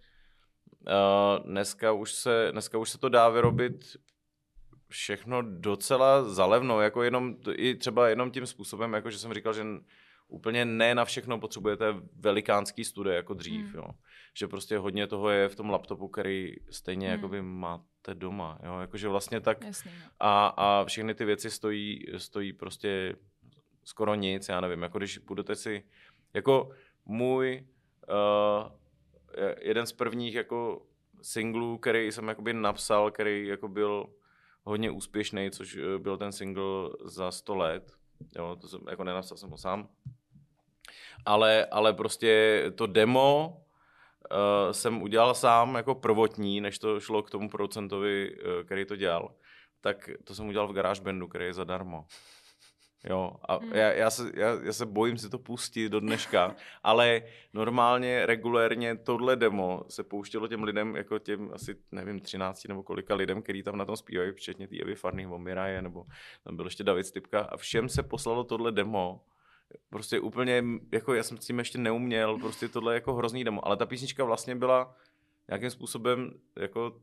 Speaker 1: dneska už se to dá vyrobit všechno docela zalevno, jako třeba jenom tím způsobem, jako že jsem říkal, že úplně ne na všechno potřebujete velikánský studie jako dřív, jo. Že prostě hodně toho je v tom laptopu, který stejně jakoby máte doma, jo. Jakože vlastně tak a všechny ty věci stojí prostě skoro nic, já nevím, jako když budete si, jako můj jeden z prvních jako singlů, který jsem jakoby napsal, který jako byl hodně úspěšný, což byl ten single Za 100 let. Jo, to jsem, jako nenapsal jsem ho sám. Ale prostě to demo jsem udělal sám jako prvotní, než to šlo k tomu producentovi, který to dělal. Tak to jsem udělal v GarageBandu, který je zadarmo. Jo, a já se bojím si to pustit do dneška, ale normálně, regulérně tohle demo se pouštělo těm lidem, jako těm asi, nevím, 13 nebo kolika lidem, který tam na tom zpívají, včetně té Evy Farný, nebo Miraje, nebo tam byl ještě David Stypka a všem se poslalo tohle demo. Prostě úplně, jako já jsem s tím ještě neuměl, prostě tohle jako hrozný demo, ale ta písnička vlastně byla nějakým způsobem jako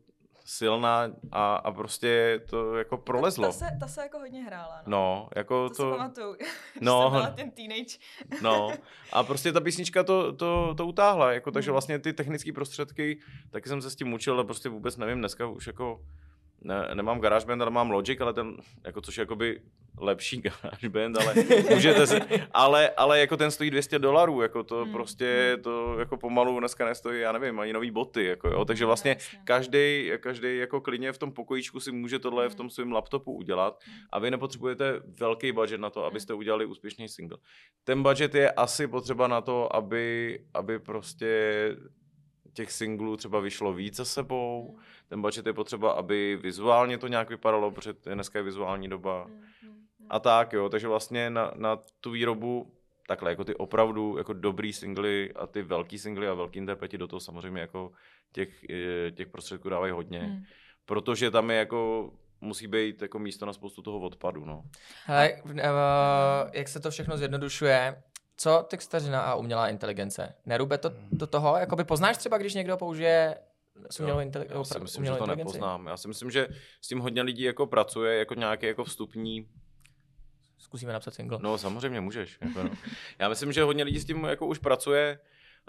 Speaker 1: silná a prostě to jako prolezlo.
Speaker 3: Ta se jako hodně hrála.
Speaker 1: No, jako
Speaker 3: to si pamatuju, že jsem byla ten teenage.
Speaker 1: No, a prostě ta písnička to utáhla, jako, takže vlastně ty technické prostředky, taky jsem se s tím učil, ale prostě vůbec nevím, dneska už jako nemám GarageBand, ale mám Logic, ale ten, jako, což je jakoby lepší GarageBand, ale můžete se, ale jako ten stojí $200, jako to prostě, to jako pomalu dneska nestojí, já nevím, ani nový boty, jako jo, takže vlastně každý jako klidně v tom pokojíčku si může tohle v tom svém laptopu udělat a vy nepotřebujete velký budget na to, abyste udělali úspěšný single. Ten budget je asi potřeba na to, aby prostě těch singlů třeba vyšlo víc za sebou, ten budget je potřeba, aby vizuálně to nějak vypadalo, protože dneska je vizuální doba a tak, jo, takže vlastně na tu výrobu takhle, jako ty opravdu jako dobrý singly a ty velký singly a velký interpreti do toho samozřejmě jako těch prostředků dávají hodně, protože tam je jako musí být jako místo na spoustu toho odpadu, no.
Speaker 2: Hele, jak se to všechno zjednodušuje, co textařina a umělá inteligence? Nerube to do toho? Jakoby poznáš třeba, když někdo použije umělou inteligenci?
Speaker 1: Já si myslím, že to nepoznám. Já si myslím, že s tím hodně lidí jako pracuje jako nějaký jako vstupní.
Speaker 2: Zkusíme napsat single.
Speaker 1: No samozřejmě můžeš. Jako no. Já myslím, že hodně lidí s tím jako už pracuje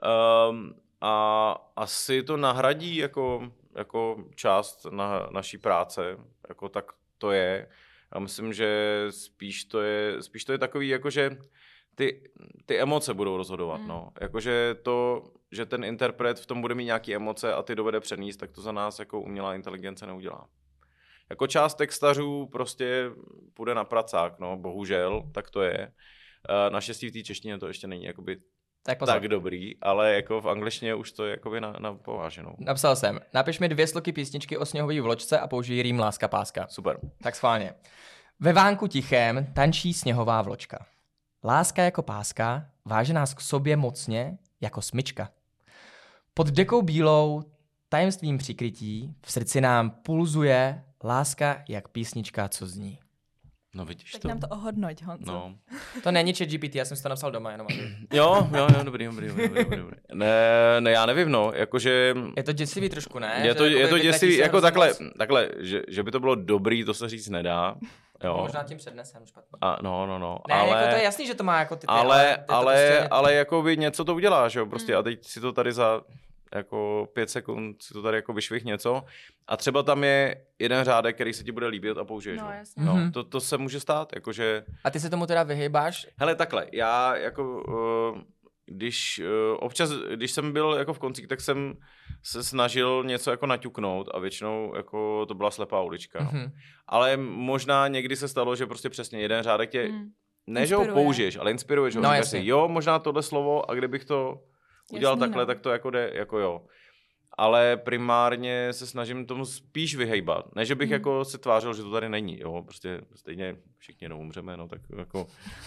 Speaker 1: a asi to nahradí jako část naší práce. Jako tak to je. Já myslím, že spíš to je takový, jakože ty emoce budou rozhodovat, no. Jakože to, že ten interpret v tom bude mít nějaké emoce a ty dovede přenést, tak to za nás jako umělá inteligence neudělá. Jako část textařů prostě půjde na pracák, no, bohužel, tak to je. Naštěstí v té češtině to ještě není jakoby tak dobrý, ale jako v angličtině už to je jakoby na pováženou.
Speaker 2: Napsal jsem, napiš mi 2 sloky písničky o sněhové vločce a použij rým Láska páska.
Speaker 1: Super.
Speaker 2: Tak schválně. Ve vánku tichém tančí sněhová vločka. Láska jako páska váže nás k sobě mocně jako smyčka. Pod dekou bílou, tajemstvím přikrytí, v srdci nám pulzuje láska jak písnička, co zní.
Speaker 1: No vidíš
Speaker 3: tak
Speaker 1: to.
Speaker 3: nám to ohodnoť, Honzo.
Speaker 1: No.
Speaker 2: To není ChatGPT, já jsem si to napsal doma jenom.
Speaker 1: Jo, dobrý. Ne, já nevím, no, jakože...
Speaker 2: Je to děsivý trošku, ne?
Speaker 1: Je to děsivý, jako takhle, že by to bylo dobrý, to se říct nedá. Jo.
Speaker 2: Možná tím přednesem špatně.
Speaker 1: No.
Speaker 2: Ne, ale, jako to je jasný, že to má jako ty
Speaker 1: ale jako by něco to uděláš, jo, prostě a teď si to tady za jako 5 sekund si to tady jako vyšvih něco a třeba tam je jeden řádek, který se ti bude líbit a použiješ.
Speaker 3: No, jasně.
Speaker 1: No, to se může stát, jakože...
Speaker 2: A ty se tomu teda vyhejbáš?
Speaker 1: Hele, takhle, já jako... Občas, když jsem byl jako v koncích, tak jsem se snažil něco jako naťuknout a většinou jako to byla slepá ulička. No. Ale možná někdy se stalo, že prostě přesně jeden řádek tě, ne že ho použiješ, ale inspiruješ ho.
Speaker 2: No,
Speaker 1: si, jo, možná tohle slovo a kdybych to udělal takhle, tak to jako jde, jako jo. Ale primárně se snažím tomu spíš vyhejbat. Ne, že bych jako se tvářil, že to tady není, jo, prostě stejně všichni neumřeme, no tak jako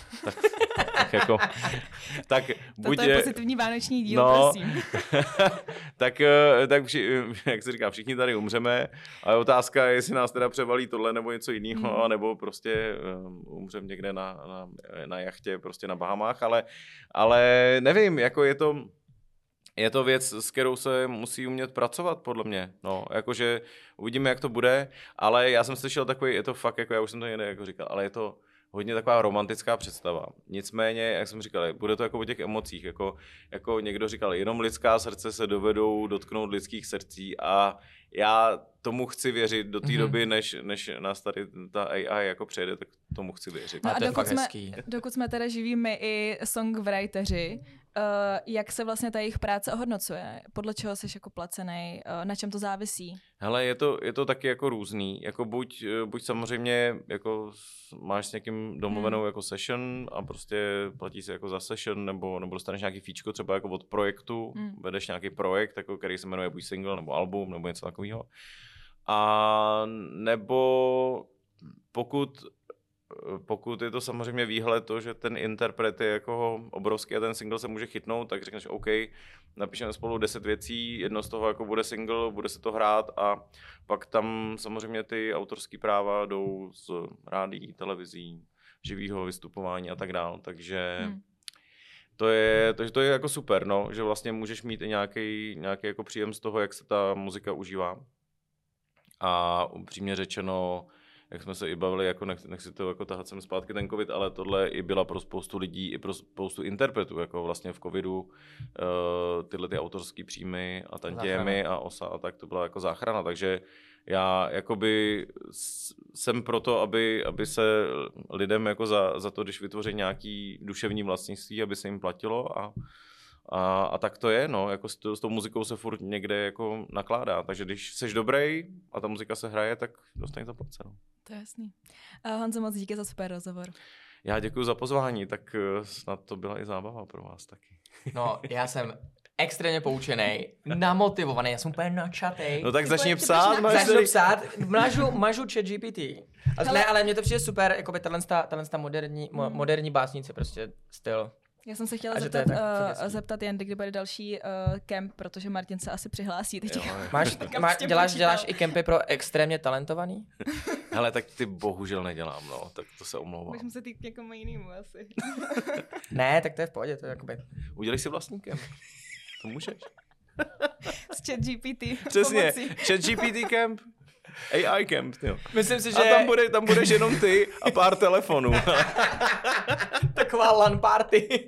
Speaker 1: tak buď...
Speaker 3: Toto je pozitivní vánoční díl, prosím.
Speaker 1: tak jak se říká, všichni tady umřeme a je otázka, jestli nás teda převalí tohle nebo něco jiného, nebo prostě umřem někde na jachtě, prostě na Bahamách, ale nevím, jako je to věc, s kterou se musí umět pracovat, podle mě. No, jakože uvidíme, jak to bude, ale já jsem slyšel takový, je to fakt, jako já už jsem to někde jako říkal, ale je to hodně taková romantická představa. Nicméně, jak jsem říkal, bude to jako o těch emocích, jako někdo říkal, jenom lidská srdce se dovedou dotknout lidských srdcí a já tomu chci věřit do té doby, než nás tady ta AI jako přejde, tak tomu chci věřit.
Speaker 3: No a dokud jsme teda živí my i songwriteři, jak se vlastně ta jejich práce ohodnocuje? Podle čeho jsi jako placený? Na čem to závisí?
Speaker 1: Hele, je to taky jako různý. Jako buď samozřejmě jako máš s někým domluvenou jako session a prostě platí se jako za session, nebo dostaneš nějaký fíčko třeba jako od projektu, vedeš nějaký projekt, jako, který se jmenuje buď single, nebo album, nebo něco takového. A nebo pokud je to samozřejmě výhled to, že ten interpret je jako obrovský a ten single se může chytnout, tak řekneš OK, napíšeme spolu 10 věcí, jedno z toho jako bude single, bude se to hrát a pak tam samozřejmě ty autorské práva jdou z rádií, televizí, živého vystupování a tak dále, takže to je jako super, no, že vlastně můžeš mít i nějaký jako příjem z toho, jak se ta muzika užívá. A upřímně řečeno, jak jsme se i bavili, jako nechci to jako tahat sem zpátky ten covid, ale tohle i byla pro spoustu lidí, i pro spoustu interpretů, jako vlastně v covidu tyhle ty autorský příjmy a tantiemy a OSA a tak, to byla jako záchrana, takže já jakoby jsem proto, aby se lidem jako za to, když vytvoří nějaký duševní vlastnictví, aby se jim platilo a tak to je, no, jako s tou muzikou se furt někde jako nakládá, takže když seš dobrý a ta muzika se hraje, tak dostaneš zaplaceno.
Speaker 3: To je jasný. Honzo, moc díky za super rozhovor.
Speaker 1: Já děkuji za pozvání, tak snad to byla i zábava pro vás taky.
Speaker 2: No, já jsem extrémně poučený, namotivovaný, já jsem úplně načatej.
Speaker 1: No tak začni psát.
Speaker 2: Začnu psát, mažu ChatGPT. Ne, ale mně to přijde super, jako by tato moderní básnice, prostě styl.
Speaker 3: Já jsem se chtěla zeptat Jandy, kdy bude další kemp, protože Martin se asi přihlásí teď.
Speaker 2: Děláš i kempy pro extrémně talentovaný?
Speaker 1: Hele, tak ty bohužel nedělám, no, tak to se omlouvám.
Speaker 3: Můžeme se týkat někomu jinému asi.
Speaker 2: Ne, tak to je v pohodě, to je jakoby...
Speaker 1: Udělej si vlastní kemp. To můžeš.
Speaker 3: S ChatGPT.
Speaker 1: Přesně, ChatGPT kemp. AI camp, jo.
Speaker 2: Myslím si, že...
Speaker 1: A tam budeš jenom ty a pár telefonů.
Speaker 2: Taková LAN party.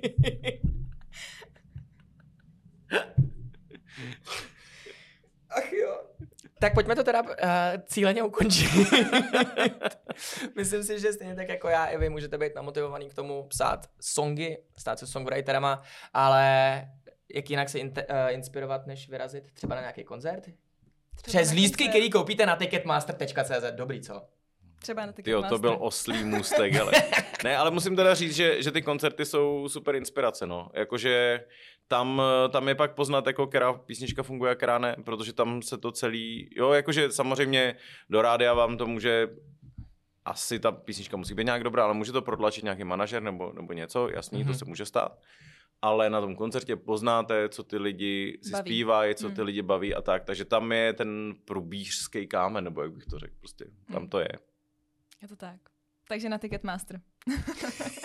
Speaker 2: Ach jo. Tak pojďme to teda cíleně ukončit. Myslím si, že stejně tak jako já i vy můžete být namotivovaný k tomu psát songy, stát se songwriterama, ale jak jinak se inspirovat, než vyrazit třeba na nějaký koncert? Přes lístky, který koupíte na ticketmaster.cz. Dobrý, co?
Speaker 3: Třeba na Ticketmaster.
Speaker 1: Jo, to byl oslý můstek, ale. Ne, ale musím teda říct, že ty koncerty jsou super inspirace, no. Jakože tam je pak poznat, jako která písnička funguje a která ne, protože tam se to celý, jo, jakože samozřejmě do rádia vám to může, asi ta písnička musí být nějak dobrá, ale může to protlačit nějaký manažer nebo něco, jasný, to se může stát. Ale na tom koncertě poznáte, co ty lidi si zpívají, co ty lidi baví a tak. Takže tam je ten průbířský kámen, nebo jak bych to řekl, prostě tam to je.
Speaker 3: Je to tak. Takže na Ticketmaster.